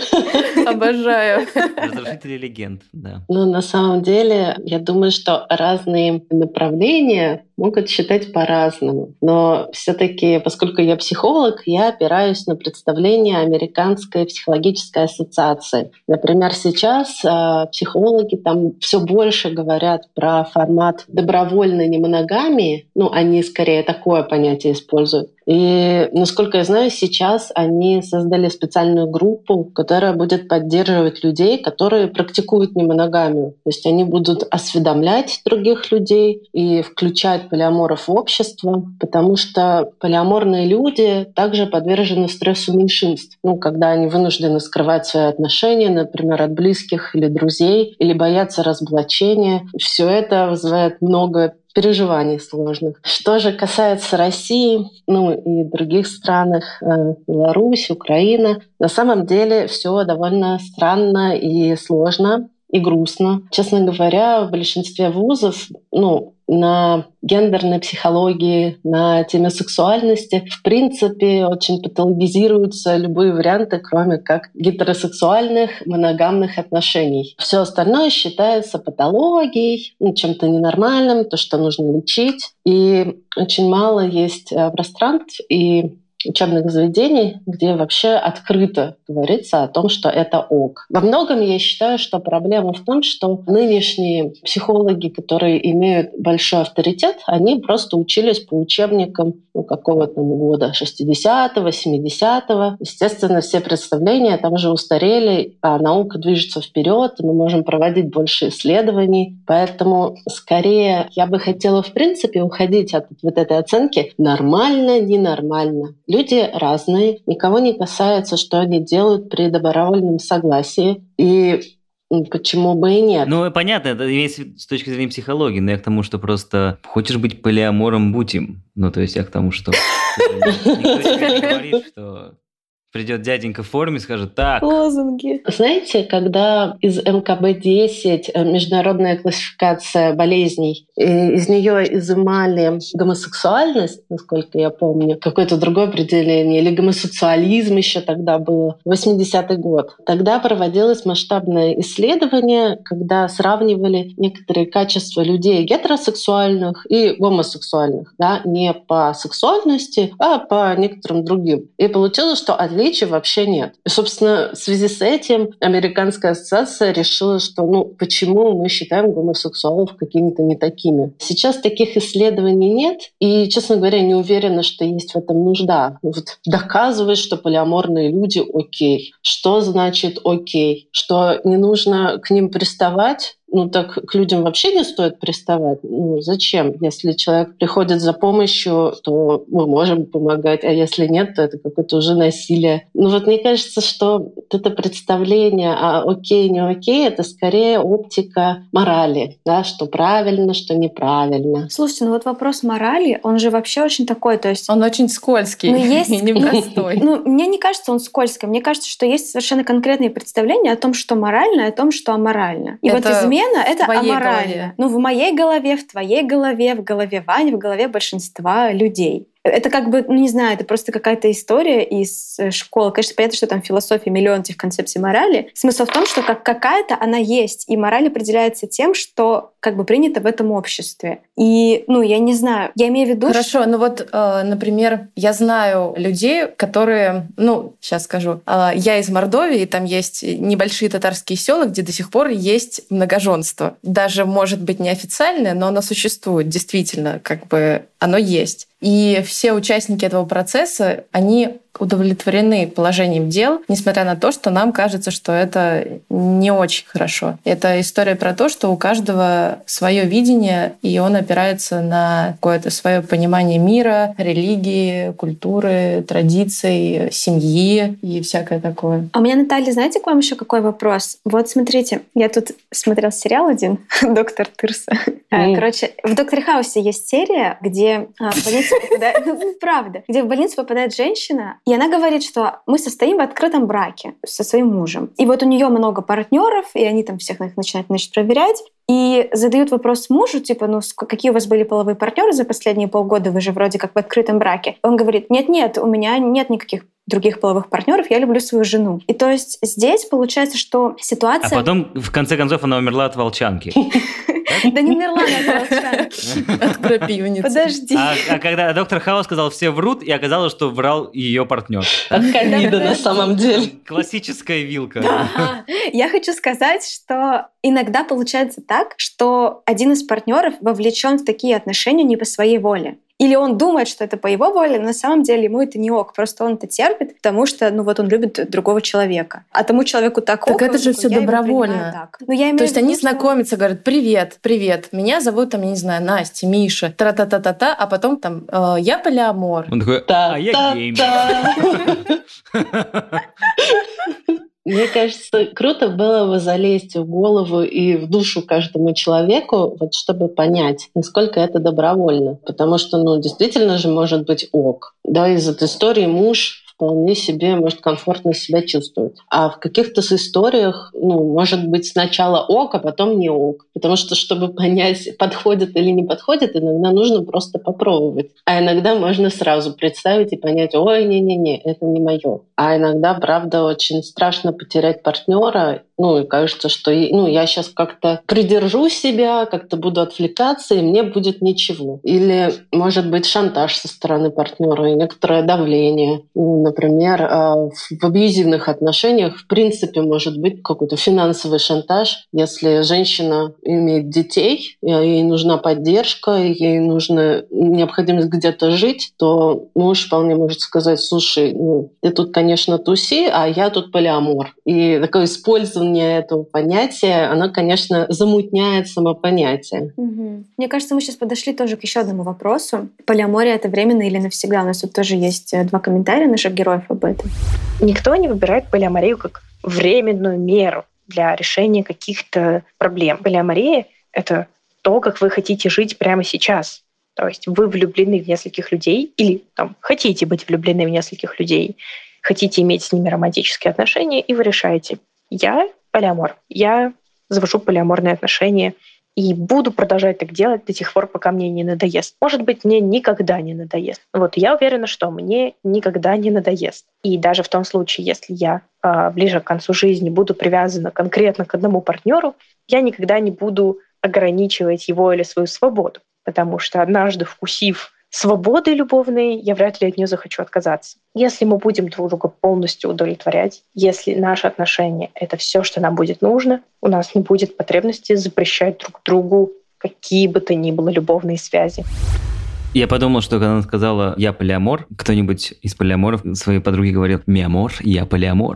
Обожаю. Разрушители легенд, да. Ну, на самом деле, я думаю, что разные направления могут считать по-разному. Но все-таки, поскольку я психолог, я опираюсь на представление Американской психологической ассоциации. Например, сейчас э, психологи там все больше говорят про формат добровольной немоногамии. Ну, они скорее такое понятие используют. И, насколько я знаю, сейчас они создали специальную группу, которая будет поддерживать людей, которые практикуют немоногамию. То есть они будут осведомлять других людей и включать полиаморов в общество, потому что полиаморные люди также подвержены стрессу меньшинств. Ну, когда они вынуждены скрывать свои отношения, например, от близких или друзей, или боятся разоблачения. Все это вызывает много переживаний сложных. Что же касается России, ну и других стран, Беларусь, Украина, на самом деле все довольно странно и сложно, и грустно. Честно говоря, в большинстве вузов, ну, на гендерной психологии, на теме сексуальности, в принципе, очень патологизируются любые варианты, кроме как гетеросексуальных моногамных отношений. Все остальное считается патологией, ну, чем-то ненормальным, то, что нужно лечить. И очень мало есть пространств и учебных заведений, где вообще открыто говорится о том, что это ок. Во многом я считаю, что проблема в том, что нынешние психологи, которые имеют большой авторитет, они просто учились по учебникам ну, какого-то года шестидесятого, семидесятого. Естественно, все представления там же устарели, а наука движется вперед, мы можем проводить больше исследований. Поэтому скорее я бы хотела в принципе уходить от вот этой оценки нормально, ненормально. Люди разные, никого не касается, что они делают при добровольном согласии. И почему бы и нет? Ну, понятно, это имеется с точки зрения психологии, но я к тому, что просто хочешь быть полиамором, будь им. Ну, то есть я к тому, что никто тебе не говорит, что придет дяденька в форме и скажет так. Лозунги. Знаете, когда из эм ка бэ десять, международная классификация болезней, из нее изымали гомосексуальность, насколько я помню, какое-то другое определение, или гомосексуализм еще тогда было, восьмидесятый год. Тогда проводилось масштабное исследование, когда сравнивали некоторые качества людей гетеросексуальных и гомосексуальных, да, не по сексуальности, а по некоторым другим. И получилось, что отличий вообще нет. И, собственно, в связи с этим Американская ассоциация решила, что ну почему мы считаем гомосексуалов какими-то не такими. Сейчас таких исследований нет, и, честно говоря, не уверена, что есть в этом нужда. Вот доказывать, что полиаморные люди окей. Что значит окей? Что не нужно к ним приставать? Ну так к людям вообще не стоит приставать. Ну зачем? Если человек приходит за помощью, то мы можем помогать, а если нет, то это какое-то уже насилие. Ну вот мне кажется, что это представление о окей, не окей, это скорее оптика морали, да, что правильно, что неправильно. Слушайте, ну вот вопрос морали, он же вообще очень такой, то есть... Он очень скользкий ну, есть... и непростой. Ну, мне не кажется, он скользкий. Мне кажется, что есть совершенно конкретные представления о том, что морально, и о том, что аморально. И вот измена — это аморально. Ну, в моей голове, в твоей голове, в голове Вани, в голове большинства людей. Это как бы, ну не знаю, это просто какая-то история из школы. Конечно, понятно, что там философия, миллион этих концепций морали. Смысл в том, что как какая-то она есть, и мораль определяется тем, что как бы принято в этом обществе. И, ну, я не знаю, я имею в виду... Хорошо, ну вот, э, например, я знаю людей, которые, ну, сейчас скажу, э, я из Мордовии, и там есть небольшие татарские села, где до сих пор есть многоженство. Даже, может быть, неофициальное, но оно существует, действительно, как бы оно есть. И все участники этого процесса, они удовлетворены положением дел, несмотря на то, что нам кажется, что это не очень хорошо. Это история про то, что у каждого свое видение, и он опирается на какое-то свое понимание мира, религии, культуры, традиций, семьи и всякое такое. А у меня, Наталья, знаете, к вам еще какой вопрос? Вот смотрите, я тут смотрела сериал один «Доктор Тырса». Mm. Короче, в «Докторе Хаусе» есть серия, где в больницу попадает... Ну, правда. Где в больницу попадает женщина, И она говорит, что мы состоим в открытом браке со своим мужем. И вот у нее много партнеров, и они там всех их начинают, значит, проверять. И задают вопрос мужу, типа, ну, какие у вас были половые партнеры за последние полгода, вы же вроде как в открытом браке. Он говорит, нет-нет, у меня нет никаких других половых партнеров, я люблю свою жену. И то есть здесь получается, что ситуация... А потом, в конце концов, она умерла от волчанки. Да не умерла она от волчанки. От крапивницы. Подожди. А когда доктор Хаус сказал, все врут, и оказалось, что врал ее партнер. От ковида на самом деле. Классическая вилка. Я хочу сказать, что иногда получается так, что один из партнеров вовлечен в такие отношения не по своей воле. Или он думает, что это по его воле, но на самом деле ему это не ок. Просто он это терпит, потому что, ну вот он любит другого человека. А тому человеку так ок. Так это же все добровольно. Так. Но я имею То есть в виду, они что... знакомятся, говорят, привет, привет, меня зовут, там, я не знаю, Настя, Миша, тра-та-та-та-та, а потом там, э, я полиамор. Он такой, а я геймер. Мне кажется, круто было бы залезть в голову и в душу каждому человеку, вот чтобы понять, насколько это добровольно. Потому что, ну, действительно же может быть ок. Да, из этой истории муж вполне себе может комфортно себя чувствовать. А в каких-то историях, ну, может быть сначала ок, а потом не ок. Потому что, чтобы понять, подходит или не подходит, иногда нужно просто попробовать. А иногда можно сразу представить и понять, ой, не-не-не, это не мое. А иногда, правда, очень страшно потерять партнера. Ну, и кажется, что ну, я сейчас как-то придержу себя, как-то буду отвлекаться, и мне будет ничего. Или, может быть, шантаж со стороны партнера и некоторое давление. Например, в абьюзивных отношениях, в принципе, может быть какой-то финансовый шантаж. Если женщина имеет детей, ей нужна поддержка, ей нужна необходимость где-то жить, то муж вполне может сказать, слушай, ну, ты тут, конечно, туси, а я тут полиамор. И такое использование этого понятия, оно, конечно, замутняет само понятие. Угу. Мне кажется, мы сейчас подошли тоже к еще одному вопросу. Полиамория — это временно или навсегда? У нас тут тоже есть два комментария наших героев об этом. Никто не выбирает полиаморию как временную меру для решения каких-то проблем. Полиамория — это то, как вы хотите жить прямо сейчас. То есть вы влюблены в нескольких людей или там, хотите быть влюблены в нескольких людей, хотите иметь с ними романтические отношения, и вы решаете, я полиамор, я завожу полиаморные отношения и буду продолжать так делать до тех пор, пока мне не надоест. Может быть, мне никогда не надоест. Вот я уверена, что мне никогда не надоест. И даже в том случае, если я э, ближе к концу жизни буду привязана конкретно к одному партнеру, я никогда не буду ограничивать его или свою свободу. Потому что однажды, вкусив свободы любовной, я вряд ли от нее захочу отказаться. Если мы будем друг друга полностью удовлетворять, если наши отношения — это все, что нам будет нужно, у нас не будет потребности запрещать друг другу какие бы то ни было любовные связи. Я подумал, что когда она сказала «я полиамор», кто-нибудь из полиаморов своей подруге говорил «ми-амор, я полиамор».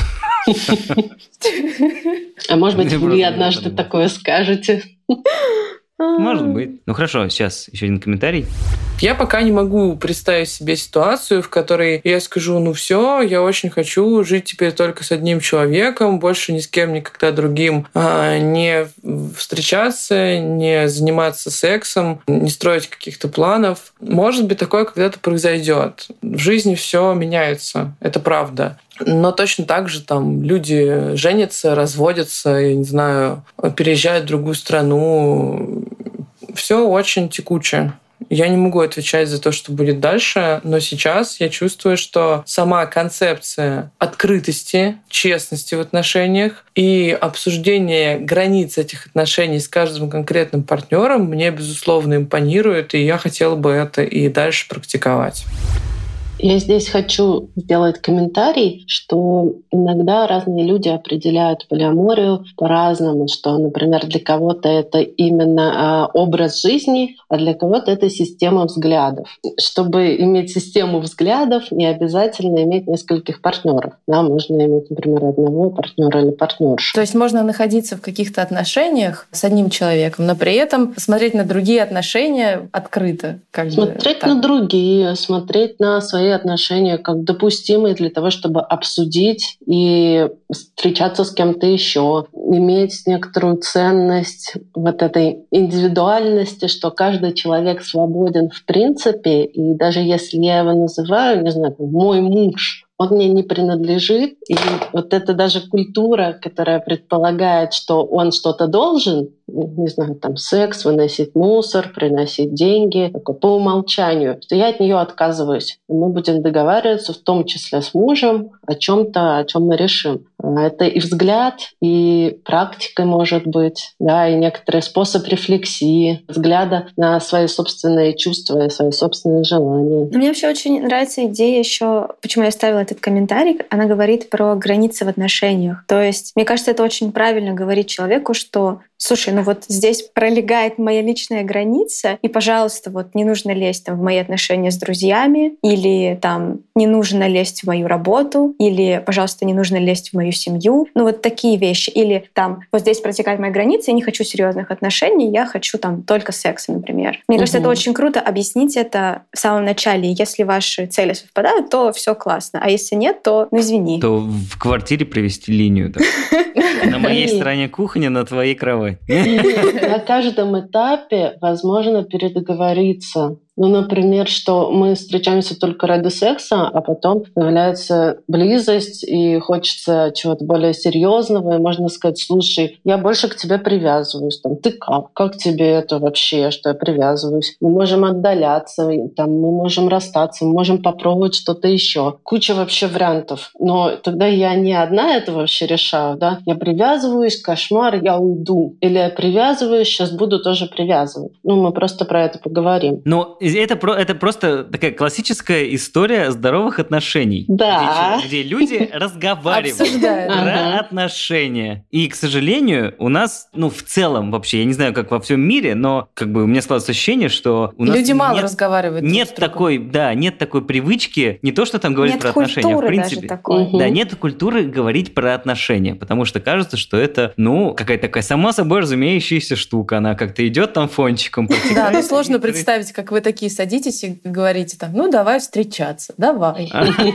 А может быть, вы однажды такое скажете? Может быть. Ну хорошо, сейчас еще один комментарий. Я пока не могу представить себе ситуацию, в которой я скажу, ну все, я очень хочу жить теперь только с одним человеком, больше ни с кем никогда другим а, не встречаться, не заниматься сексом, не строить каких-то планов. Может быть, такое когда-то произойдет. В жизни все меняется, это правда. Но точно так же там люди женятся, разводятся, я не знаю, переезжают в другую страну. Все очень текуче. Я не могу отвечать за то, что будет дальше, но сейчас я чувствую, что сама концепция открытости, честности в отношениях и обсуждение границ этих отношений с каждым конкретным партнером мне, безусловно, импонирует, и я хотела бы это и дальше практиковать. Я здесь хочу сделать комментарий, что иногда разные люди определяют полиаморию по-разному, что, например, для кого-то это именно образ жизни, а для кого-то это система взглядов. Чтобы иметь систему взглядов, не обязательно иметь нескольких партнеров. Да, можно иметь, например, одного партнера или партнершу. То есть можно находиться в каких-то отношениях с одним человеком, но при этом смотреть на другие отношения открыто. Как смотреть бы, на другие, смотреть на свои отношения как допустимые для того, чтобы обсудить и встречаться с кем-то еще, иметь некоторую ценность вот этой индивидуальности, что каждый человек свободен в принципе, и даже если я его называю, не знаю, мой муж, он мне не принадлежит. И вот это даже культура, которая предполагает, что он что-то должен, не знаю, там секс, выносить мусор, приносить деньги, такое, по умолчанию, что я от нее отказываюсь. И мы будем договариваться, в том числе с мужем, о чем-то, о чем мы решим. Это и взгляд, и практика, может быть, да, и некоторый способ рефлексии, взгляда на свои собственные чувства и свои собственные желания. Мне вообще очень нравится идея еще, почему я ставила этот комментарий. Она говорит про границы в отношениях. То есть, мне кажется, это очень правильно говорить человеку, что слушай, ну вот здесь пролегает моя личная граница, и, пожалуйста, вот не нужно лезть там в мои отношения с друзьями, или там не нужно лезть в мою работу, или, пожалуйста, не нужно лезть в мою семью. Ну вот такие вещи. Или там вот здесь протекает моя граница, я не хочу серьезных отношений, я хочу там только секса, например. Мне угу. кажется, это очень круто объяснить это в самом начале. Если ваши цели совпадают, то все классно. А если нет, то ну извини. То в квартире привести линию. На моей стороне кухня, на твоей кровати. На каждом этапе возможно передоговориться. Ну, например, что мы встречаемся только ради секса, а потом появляется близость, и хочется чего-то более серьезного, и можно сказать: слушай, я больше к тебе привязываюсь. Там, ты как? Как тебе это вообще, что я привязываюсь? Мы можем отдаляться, там, мы можем расстаться, мы можем попробовать что-то еще. Куча вообще вариантов. Но тогда я не одна это вообще решаю, да? Я привязываюсь, кошмар, я уйду. Или я привязываюсь, сейчас буду тоже привязывать. Ну, мы просто про это поговорим. Но Это, это просто такая классическая история здоровых отношений. Да. Где, где люди разговаривают про отношения. И, к сожалению, у нас, ну, в целом вообще, я не знаю, как во всем мире, но как бы у меня складывается ощущение, что у нас люди мало нет, разговаривают. Нет такой, да, нет такой привычки, не то, что там говорить нет про отношения, а в принципе. Такой. Да, нет культуры говорить про отношения, потому что кажется, что это, ну, какая-то такая сама собой разумеющаяся штука, она как-то идет там фончиком. Да, ну сложно представить, как вы такие садитесь и говорите там: ну давай встречаться, давай.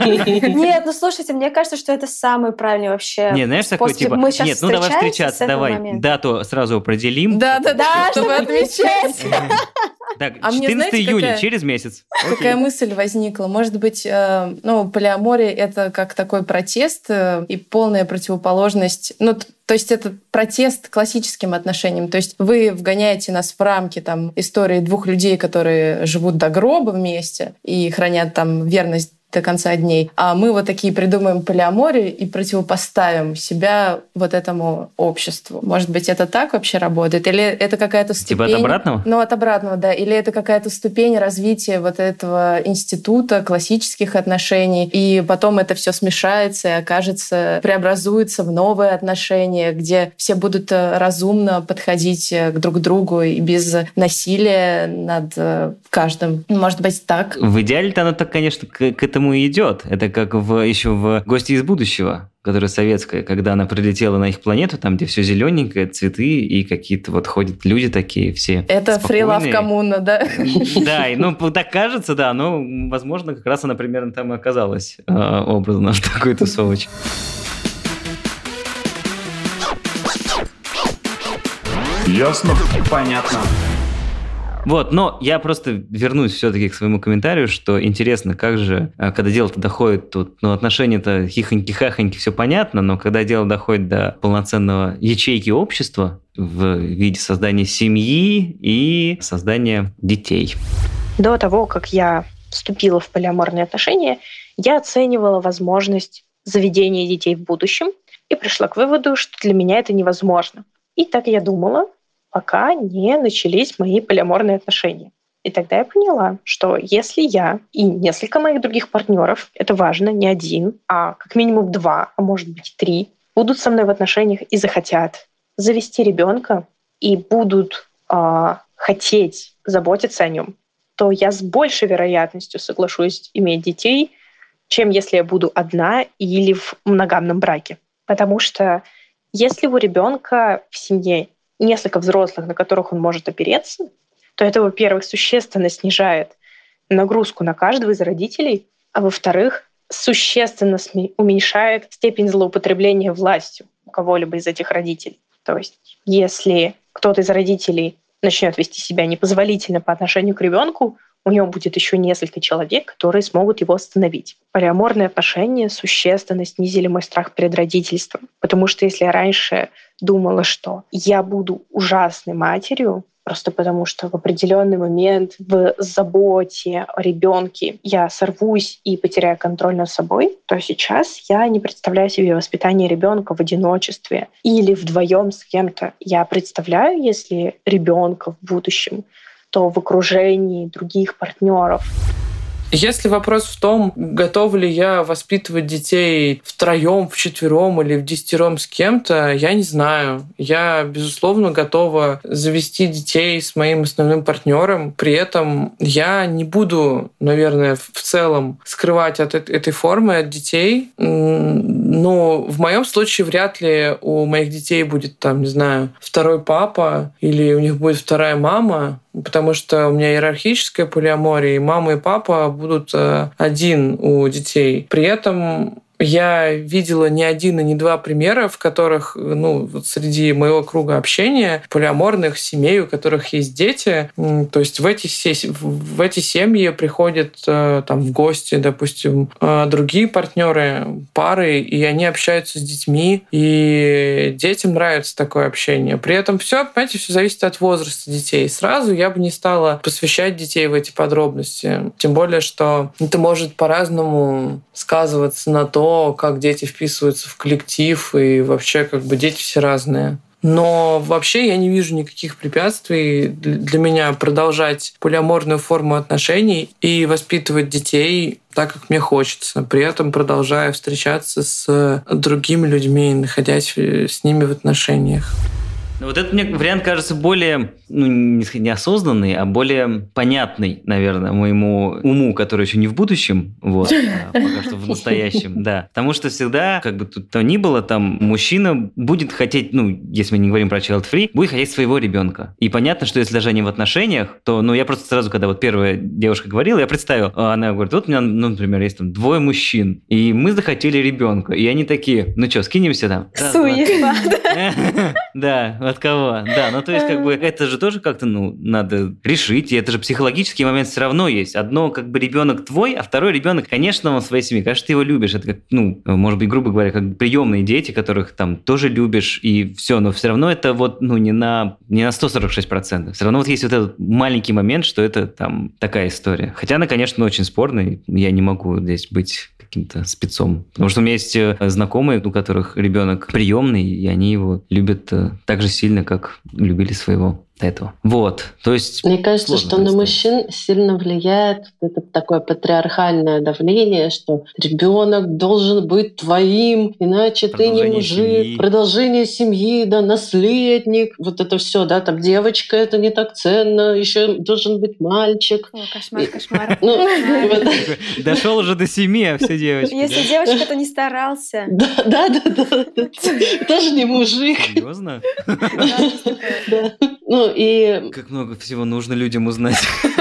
Нет, ну слушайте, мне кажется, что это самый правильный вообще. Нет, знаешь, такой типа, нет, ну давай встречаться, давай дату сразу определим. Да-да-да, чтобы отмечать. Так, четырнадцатого июля, через месяц. Какая мысль возникла? Может быть, ну, полиамория — это как такой протест и полная противоположность, ну, то есть это протест к классическим отношениям. То есть вы вгоняете нас в рамки там истории двух людей, которые живут до гроба вместе и хранят там верность до конца дней. А мы вот такие придумаем полиаморию и противопоставим себя вот этому обществу. Может быть, это так вообще работает? Или это какая-то ступень... Типа от обратного? Ну, от обратного, да. Или это какая-то ступень развития вот этого института классических отношений, и потом это все смешается и окажется, преобразуется в новые отношения, где все будут разумно подходить к друг другу и без насилия над каждым. Может быть, так? В идеале-то оно так, конечно, к, к этому и идет. Это как в, еще в «Гости из будущего», которая советская, когда она прилетела на их планету, там, где все зелененькое, цветы, и какие-то вот ходят люди такие все это фрилав коммуна, да? Да, и, ну, так кажется, да, но, возможно, как раз она примерно там и оказалась э, образно в такой тусовочке. Ясно? Понятно. Вот, но я просто вернусь все-таки к своему комментарию, что интересно, как же, когда дело-то доходит, тут, ну, отношения-то хихоньки-хахоньки, все понятно, но когда дело доходит до полноценного ячейки общества в виде создания семьи и создания детей. До того, как я вступила в полиаморные отношения, я оценивала возможность заведения детей в будущем и пришла к выводу, что для меня это невозможно. И так я думала, пока не начались мои полиаморные отношения. И тогда я поняла, что если я и несколько моих других партнеров, это важно, не один, а как минимум два, а может быть три, будут со мной в отношениях и захотят завести ребенка и будут э, хотеть заботиться о нем, то я с большей вероятностью соглашусь иметь детей, чем если я буду одна или в моногамном браке. Потому что если у ребенка в семье несколько взрослых, на которых он может опереться, то это, во-первых, существенно снижает нагрузку на каждого из родителей, а во-вторых, существенно уменьшает степень злоупотребления властью у кого-либо из этих родителей. То есть если кто-то из родителей начнет вести себя непозволительно по отношению к ребенку, у него будет еще несколько человек, которые смогут его остановить. Полиаморные отношения существенно снизили мой страх перед родительством. Потому что если я раньше думала, что я буду ужасной матерью, просто потому что в определенный момент в заботе о ребенке я сорвусь и потеряю контроль над собой, то сейчас я не представляю себе воспитание ребенка в одиночестве или вдвоем с кем-то. Я представляю, если ребенка в будущем, то в окружении других партнеров. Если вопрос в том, готов ли я воспитывать детей втроем, вчетвером или в десятером с кем-то, я не знаю. Я, безусловно, готова завести детей с моим основным партнером. При этом я не буду, наверное, в целом скрывать от этой формы от детей. Но в моем случае вряд ли у моих детей будет, там, не знаю, второй папа или у них будет вторая мама, потому что у меня иерархическая полиамория, и мама и папа будут один у детей. При этом я видела не один и не два примера, в которых, ну, вот среди моего круга общения полиаморных семей, у которых есть дети. То есть в эти, в эти семьи приходят там в гости, допустим, другие партнеры, пары, и они общаются с детьми, и детям нравится такое общение. При этом все, понимаете, все зависит от возраста детей. Сразу я бы не стала посвящать детей в эти подробности. Тем более, что это может по-разному сказываться на то, как дети вписываются в коллектив, и вообще как бы дети все разные. Но вообще я не вижу никаких препятствий для меня продолжать полиаморную форму отношений и воспитывать детей так, как мне хочется, при этом продолжая встречаться с другими людьми, находясь с ними в отношениях. Вот этот мне вариант кажется более, ну, не осознанный, а более понятный, наверное, моему уму, который еще не в будущем, вот, а пока что в настоящем, да. Потому что всегда, как бы тут то ни было, там мужчина будет хотеть, ну, если мы не говорим про child-free, будет хотеть своего ребенка. И понятно, что если даже они в отношениях, то, ну, я просто сразу, когда вот первая девушка говорила, я представил, она говорит, вот у меня, ну, например, есть там двое мужчин, и мы захотели ребенка, и они такие, ну что, скинемся там? Суева. Да, от кого? Да, ну то есть как бы это же тоже как-то, ну, надо решить, и это же психологический момент все равно есть. Одно как бы ребенок твой, а второй ребенок, конечно, он в своей семье, конечно, ты его любишь. Это как, ну, может быть, грубо говоря, как приемные дети, которых там тоже любишь, и все, но все равно это вот, ну, не на, не на сто сорок шесть процентов. Все равно вот есть вот этот маленький момент, что это там такая история. Хотя она, конечно, очень спорная, я не могу здесь быть каким-то спецом. Потому что у меня есть знакомые, у которых ребенок приемный, и они его любят так же сильно, как любили своего этого. Вот, то есть... Мне кажется, что на мужчин сильно влияет это такое патриархальное давление, что ребенок должен быть твоим, иначе ты не мужик. Семьи. Продолжение семьи, да, наследник. Вот это все, да, там девочка, это не так ценно, еще должен быть мальчик. О, кошмар, кошмар. Дошел уже до семи, а все девочки. Если девочка, то не старался. Да, да, да. Даже не мужик. Серьезно? Да. Ну, и... Как много всего нужно людям узнать.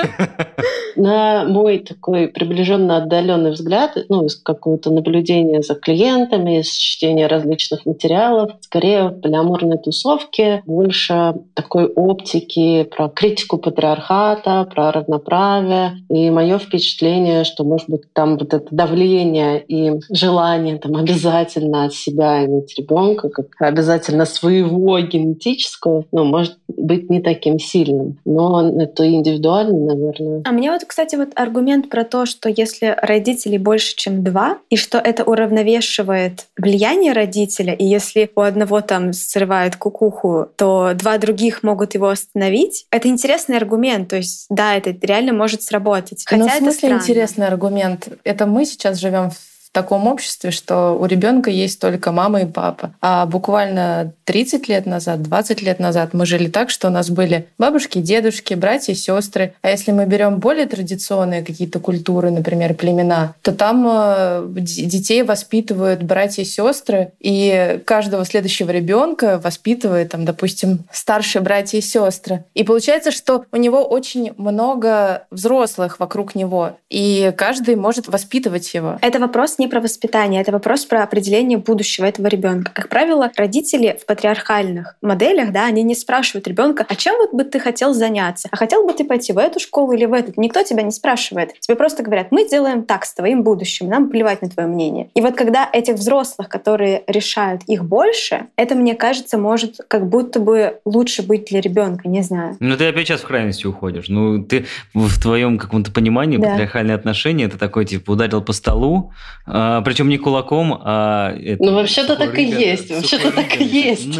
На мой такой приближенно отдаленный взгляд, ну, из какого-то наблюдения за клиентами, из чтения различных материалов, скорее в полиаморной тусовке больше такой оптики про критику патриархата, про равноправие. И мое впечатление, что, может быть, там вот это давление и желание там обязательно от себя иметь ребенка, как обязательно своего генетического, ну, может быть не таким сильным. Но это индивидуально, наверное. А мне вот, кстати, вот аргумент про то, что если родителей больше, чем два, и что это уравновешивает влияние родителя, и если у одного там срывает кукуху, то два других могут его остановить, это интересный аргумент. То есть, да, это реально может сработать. Хотя Но в это смысле странно. Интересный аргумент? Это мы сейчас живем в в таком обществе, что у ребенка есть только мама и папа. А буквально тридцать лет назад, двадцать лет назад мы жили так, что у нас были бабушки, дедушки, братья и сестры. А если мы берем более традиционные какие-то культуры, например, племена, то там детей воспитывают братья и сестры, и каждого следующего ребенка воспитывает, там, допустим, старшие братья и сестры. И получается, что у него очень много взрослых вокруг него, и каждый может воспитывать его. Это вопрос не про воспитание, это вопрос про определение будущего этого ребенка. Как правило, родители в патриархальных моделях, да, они не спрашивают ребенка, а чем вот бы ты хотел заняться? А хотел бы ты пойти в эту школу или в эту? Никто тебя не спрашивает. Тебе просто говорят, мы делаем так с твоим будущим, нам плевать на твое мнение. И вот когда этих взрослых, которые решают их больше, это, мне кажется, может как будто бы лучше быть для ребенка, не знаю. Ну ты опять сейчас в крайности уходишь. Ну ты в твоем каком-то понимании да. Патриархальные отношения это такой типа ударил по столу, а, причем не кулаком, а это, ну вообще-то так и есть, вообще-то так и есть.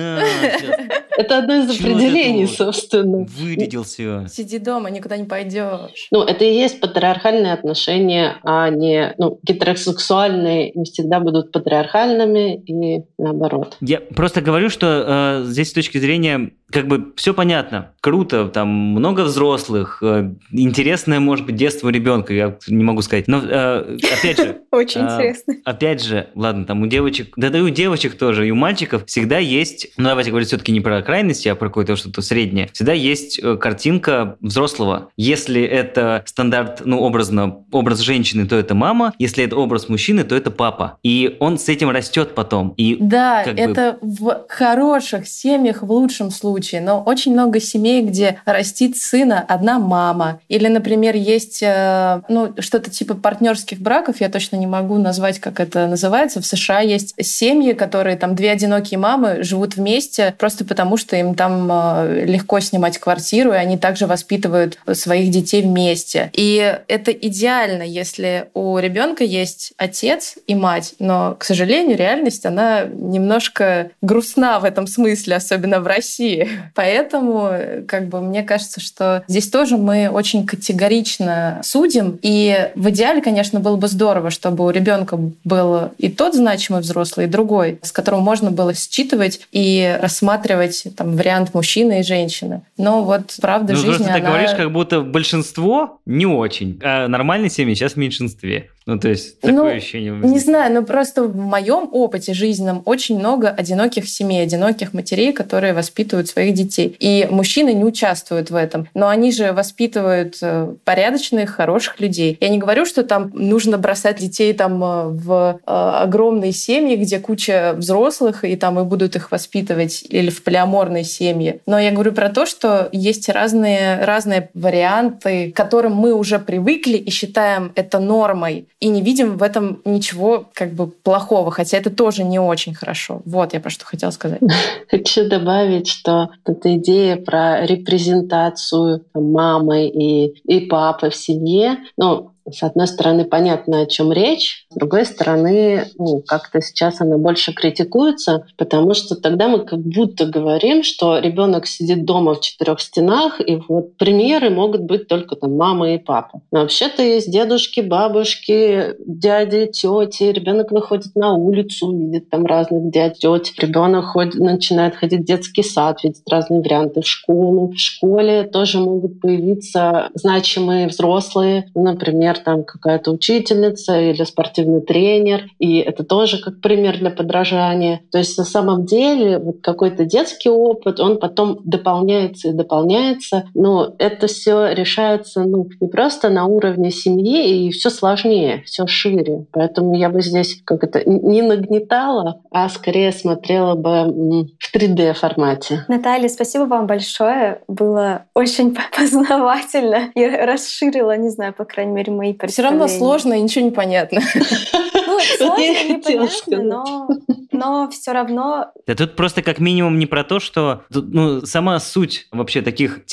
Это одно из определений, собственно. Вырядил все. Сиди дома, никуда не пойдешь. Ну это и есть патриархальные отношения, а не ну, гетеросексуальные не всегда будут патриархальными и наоборот. Я просто говорю, что э, здесь с точки зрения как бы все понятно, круто, там много взрослых, э, интересное, может быть, детство у ребенка, я не могу сказать. Но э, опять же, очень интересно. Опять же, ладно, там у девочек, да, да и у девочек тоже, и у мальчиков всегда есть, ну давайте говорить все-таки не про крайности, а про какое-то что-то среднее. Всегда есть картинка взрослого. Если это стандарт, ну образно, образ женщины, то это мама. Если это образ мужчины, то это папа. И он с этим растет потом. И да, как это бы... в хороших семьях в лучшем случае. Но очень много семей, где растит сына одна мама. Или, например, есть ну, что-то типа партнерских браков, я точно не могу назвать, как это называется. В США есть семьи, которые там две одинокие мамы живут вместе просто потому, что им там легко снимать квартиру, и они также воспитывают своих детей вместе. И это идеально, если у ребенка есть отец и мать. Но, к сожалению, реальность, она немножко грустна в этом смысле, особенно в России. Поэтому, как бы, мне кажется, что здесь тоже мы очень категорично судим. И в идеале, конечно, было бы здорово, чтобы у ребенка был и тот значимый взрослый, и другой, с которым можно было считывать и рассматривать там, вариант мужчины и женщины. Но вот правда ну, жизни, просто она... ты говоришь, как будто большинство не очень, а нормальные семьи сейчас в меньшинстве. Ну, то есть, такое ну, ощущение. Не знаю, но просто в моем опыте жизненном очень много одиноких семей, одиноких матерей, которые воспитывают своих детей. И мужчины не участвуют в этом. Но они же воспитывают порядочных, хороших людей. Я не говорю, что там нужно бросать детей там в огромные семьи, где куча взрослых, и там и будут их воспитывать, или в полиаморной семье. Но я говорю про то, что есть разные, разные варианты, к которым мы уже привыкли и считаем это нормой. И не видим в этом ничего как бы плохого, хотя это тоже не очень хорошо. Вот я про что хотела сказать. Хочу добавить, что эта идея про репрезентацию мамы и, и папы в семье, ну, с одной стороны, понятно, о чем речь, с другой стороны, ну, как-то сейчас она больше критикуется, потому что тогда мы как будто говорим, что ребенок сидит дома в четырех стенах, и вот примеры могут быть только там мама и папа. Но вообще-то есть дедушки, бабушки, дяди, тети. Ребенок выходит на улицу, видит там разных дядь, теть. Ребенок ходит, начинает ходить в детский сад, видит разные варианты в школу. В школе тоже могут появиться значимые взрослые, например, там какая-то учительница или спортивный тренер, и это тоже как пример для подражания. То есть на самом деле вот какой-то детский опыт, он потом дополняется и дополняется, но это все решается ну, не просто на уровне семьи, и все сложнее, все шире. Поэтому я бы здесь как это не нагнетала, а скорее смотрела бы в три дэ формате. Наталья, спасибо вам большое. Было очень познавательно и расширило, не знаю, по крайней мере, мои все равно сложно и ничего не понятно. Ну, сложно и непонятно, но, но все равно... Да тут просто как минимум не про то, что ну, сама суть вообще таких тем,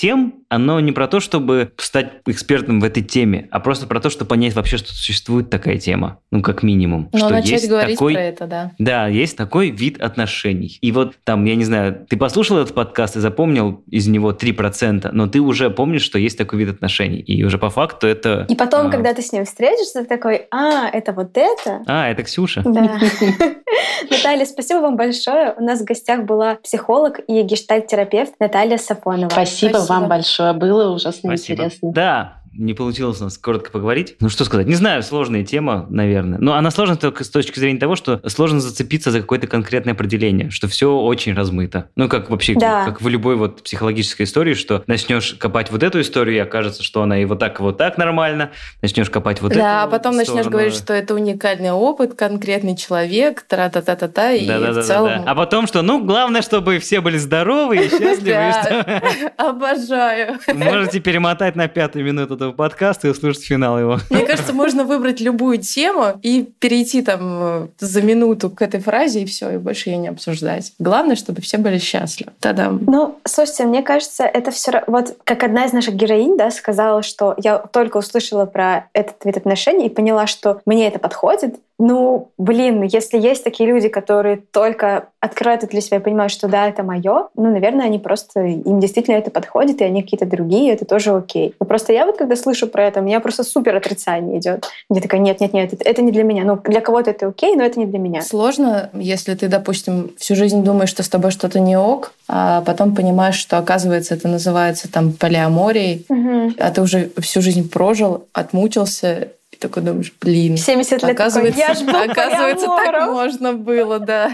оно не про то, чтобы стать экспертом в этой теме, а просто про то, чтобы понять вообще, что существует такая тема. Ну, как минимум. Но что начать есть говорить такой... про это, да. Да, есть такой вид отношений. И вот там, я не знаю, ты послушал этот подкаст и запомнил из него три процента, но ты уже помнишь, что есть такой вид отношений. И уже по факту это... И потом, а... когда ты с ним встретишься, ты такой, а, это вот это? А, это Ксюша. Да. Наталья, спасибо вам большое. У нас в гостях была психолог и гештальт-терапевт Наталья Сафонова. Спасибо, Спасибо вам большое. Было ужасно Спасибо. интересно. Да, не получилось у нас коротко поговорить. Ну, что сказать? Не знаю, сложная тема, наверное. Но она сложна только с точки зрения того, что сложно зацепиться за какое-то конкретное определение, что все очень размыто. Ну, как вообще, Да. как в любой вот психологической истории, что начнешь копать вот эту историю, и окажется, что она и вот так, и вот так нормально. Начнешь копать вот эту Да, а потом начнешь сторону. говорить, что это уникальный опыт, конкретный человек, тра-та-та-та-та, и Да, да, да, в целом... да, да. А потом, что, ну, главное, чтобы все были здоровы и счастливы. и Да. Обожаю. что Можете перемотать на пятую минуту этого подкаста и услышать финал его. Мне кажется, можно выбрать любую тему и перейти там э, за минуту к этой фразе, и все, и больше ее не обсуждать. Главное, чтобы все были счастливы. Та-дам. Ну, слушайте, мне кажется, это все вот как одна из наших героинь, да, сказала, что я только услышала про этот вид отношений и поняла, что мне это подходит. Ну, блин, если есть такие люди, которые только открывают это для себя и понимают, что да, это мое, ну, наверное, они просто, им действительно это подходит, и они какие-то другие, это тоже окей. Но просто я вот, когда слышу про это, у меня просто супер отрицание идет. Я такая, нет, нет, нет, это, это не для меня. Ну, для кого-то это окей, но это не для меня. Сложно, если ты, допустим, всю жизнь думаешь, что с тобой что-то не ок, а потом понимаешь, что, оказывается, это называется там полиаморией, Угу. а ты уже всю жизнь прожил, отмучился, и такой думаешь, блин, семьдесят лет такой, оказывается, я ж был оказывается так полиамором. можно было, да.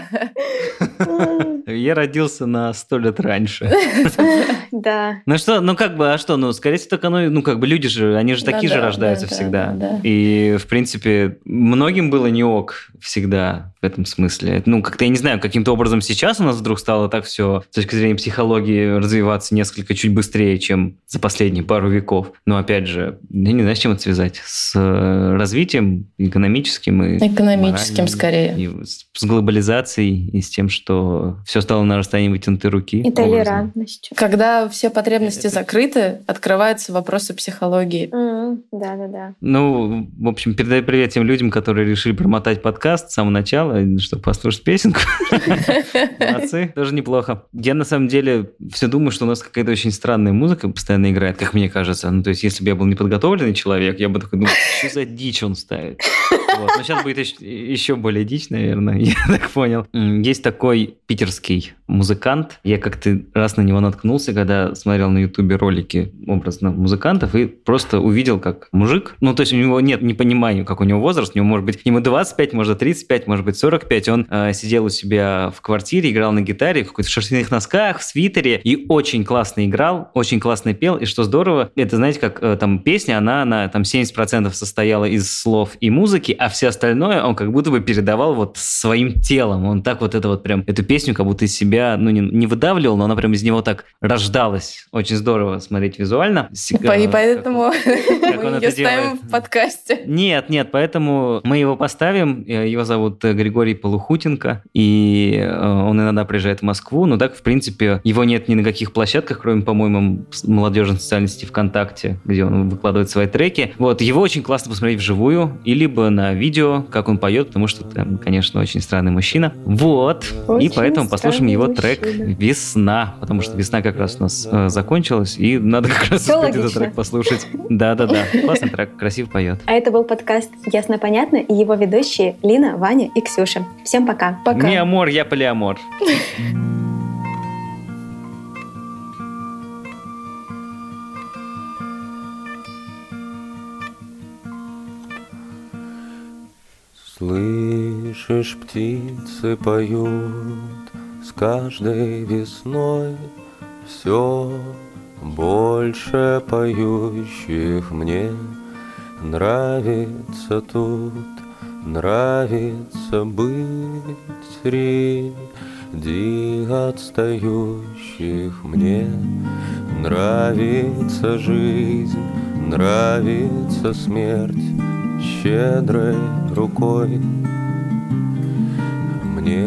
Я родился на сто лет раньше. Да. Ну что, ну как бы, а что, ну скорее всего, так оно, ну как бы люди же, они же Да, такие же да, рождаются да, всегда. да, да. И, в принципе, многим было не ок всегда в этом смысле. Ну, как-то, я не знаю, каким-то образом сейчас у нас вдруг стало так все с точки зрения психологии развиваться несколько чуть быстрее, чем за последние пару веков. Но, опять же, я не знаю, с чем это связать. С развитием экономическим и Экономическим, моральным, скорее. и с с глобализацией, и с тем, что все стало на расстоянии вытянутой руки. И образом. толерантностью. Когда все потребности Это- закрыты, открываются вопросы психологии. М, Да-да-да. Ну, в общем, передаю привет тем людям, которые решили промотать подкаст с самого начала, чтобы послушать песенку. Молодцы, тоже неплохо. Я, на самом деле, все думаю, что у нас какая-то очень странная музыка постоянно играет, как мне кажется. Ну, то есть, если бы я был неподготовленный человек, я бы такой думал, что за дичь он ставит. Вот. Но сейчас будет еще, еще более дичь, наверное, я так понял. М, Есть такой питерский музыкант. Я как-то раз на него наткнулся, когда смотрел на ютубе ролики образно музыкантов, и просто увидел, как мужик, ну, то есть у него нет непонимания, как у него возраст, у него может быть ему двадцать пять, может тридцать пять, может быть сорок пять, он э, сидел у себя в квартире, играл на гитаре, в какой-то шерстяных носках, в свитере, и очень классно играл, очень классно пел, и что здорово, это, знаете, как э, там песня, она на там семьдесят процентов состояла из слов и музыки, а все остальное он как будто бы передавал вот своим телом, он так вот это вот прям, эту песню как будто из себя, ну, не, не выдавливал, но она прям из него так рождалась. Очень здорово смотреть визуально. По- И поэтому как он мы это ее ставим делает. в подкасте. Нет, нет, поэтому мы его поставим. Э, Его зовут э, Григорий Полухутенко, и э, он иногда приезжает в Москву. Но так, в принципе, его нет ни на каких площадках, кроме, по-моему, с- молодежной социальной сети ВКонтакте, где он выкладывает свои треки. Вот, его очень классно посмотреть вживую, и либо на видео, как он поет, потому что там, конечно, очень странный мужчина. Вот, и Очень поэтому послушаем его странный трек мужчина. «Весна», потому что весна как раз у нас э, закончилась, и надо как раз Всё успеть этот логично. трек послушать. Да-да-да, классный трек, красиво поет. А это был подкаст «Ясно-понятно» и его ведущие Лина, Ваня и Ксюша. Всем пока. Пока. Не амор, я полиамор. Слышишь, птицы поют с каждой весной, все больше поющих мне. Нравится тут, нравится быть среди отстающих мне. Нравится жизнь, нравится смерть щедрой рукой. Мне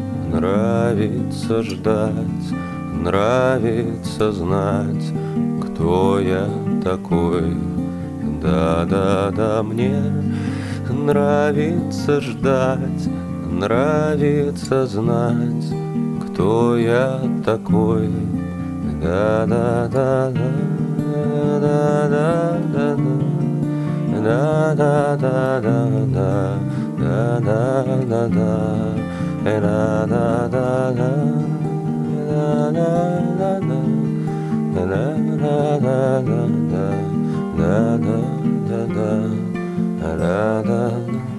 нравится ждать, нравится знать, кто я такой. Да-да-да, мне нравится ждать, нравится знать, кто я такой. Да-да-да-да, да-да-да-да, да-да-да-да-да, да-да-да-да, да-да-да-да, да-да-да-да, да-да-да-да.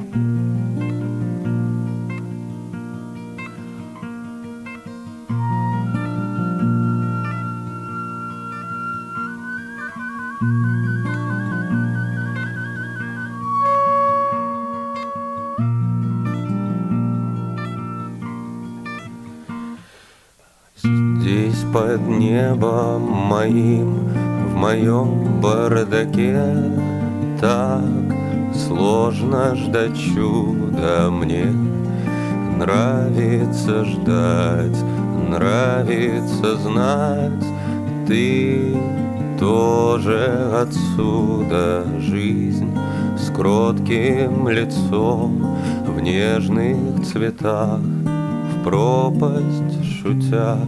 Здесь под небом моим, в моем бардаке, так сложно ждать чуда. Мне нравится ждать, нравится знать, ты тоже отсюда. Жизнь с кротким лицом, в нежных цветах, в пропасть шутя.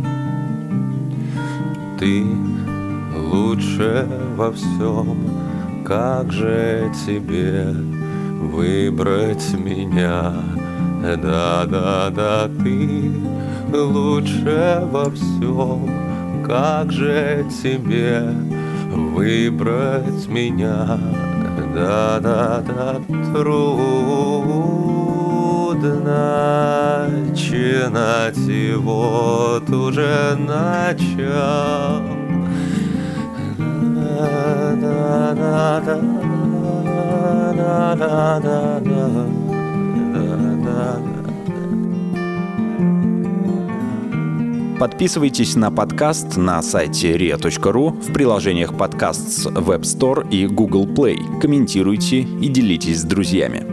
Ты лучше во всем, как же тебе выбрать меня? Да-да-да, ты лучше во всем, как же тебе выбрать меня? Да-да-да, трудно начинать, и вот уже начал. Да-да-да, да-да-да-да, да-да-да. Подписывайтесь на подкаст на сайте риа точка ру, в приложениях подкаст с Web Store и Google Play. Комментируйте и делитесь с друзьями.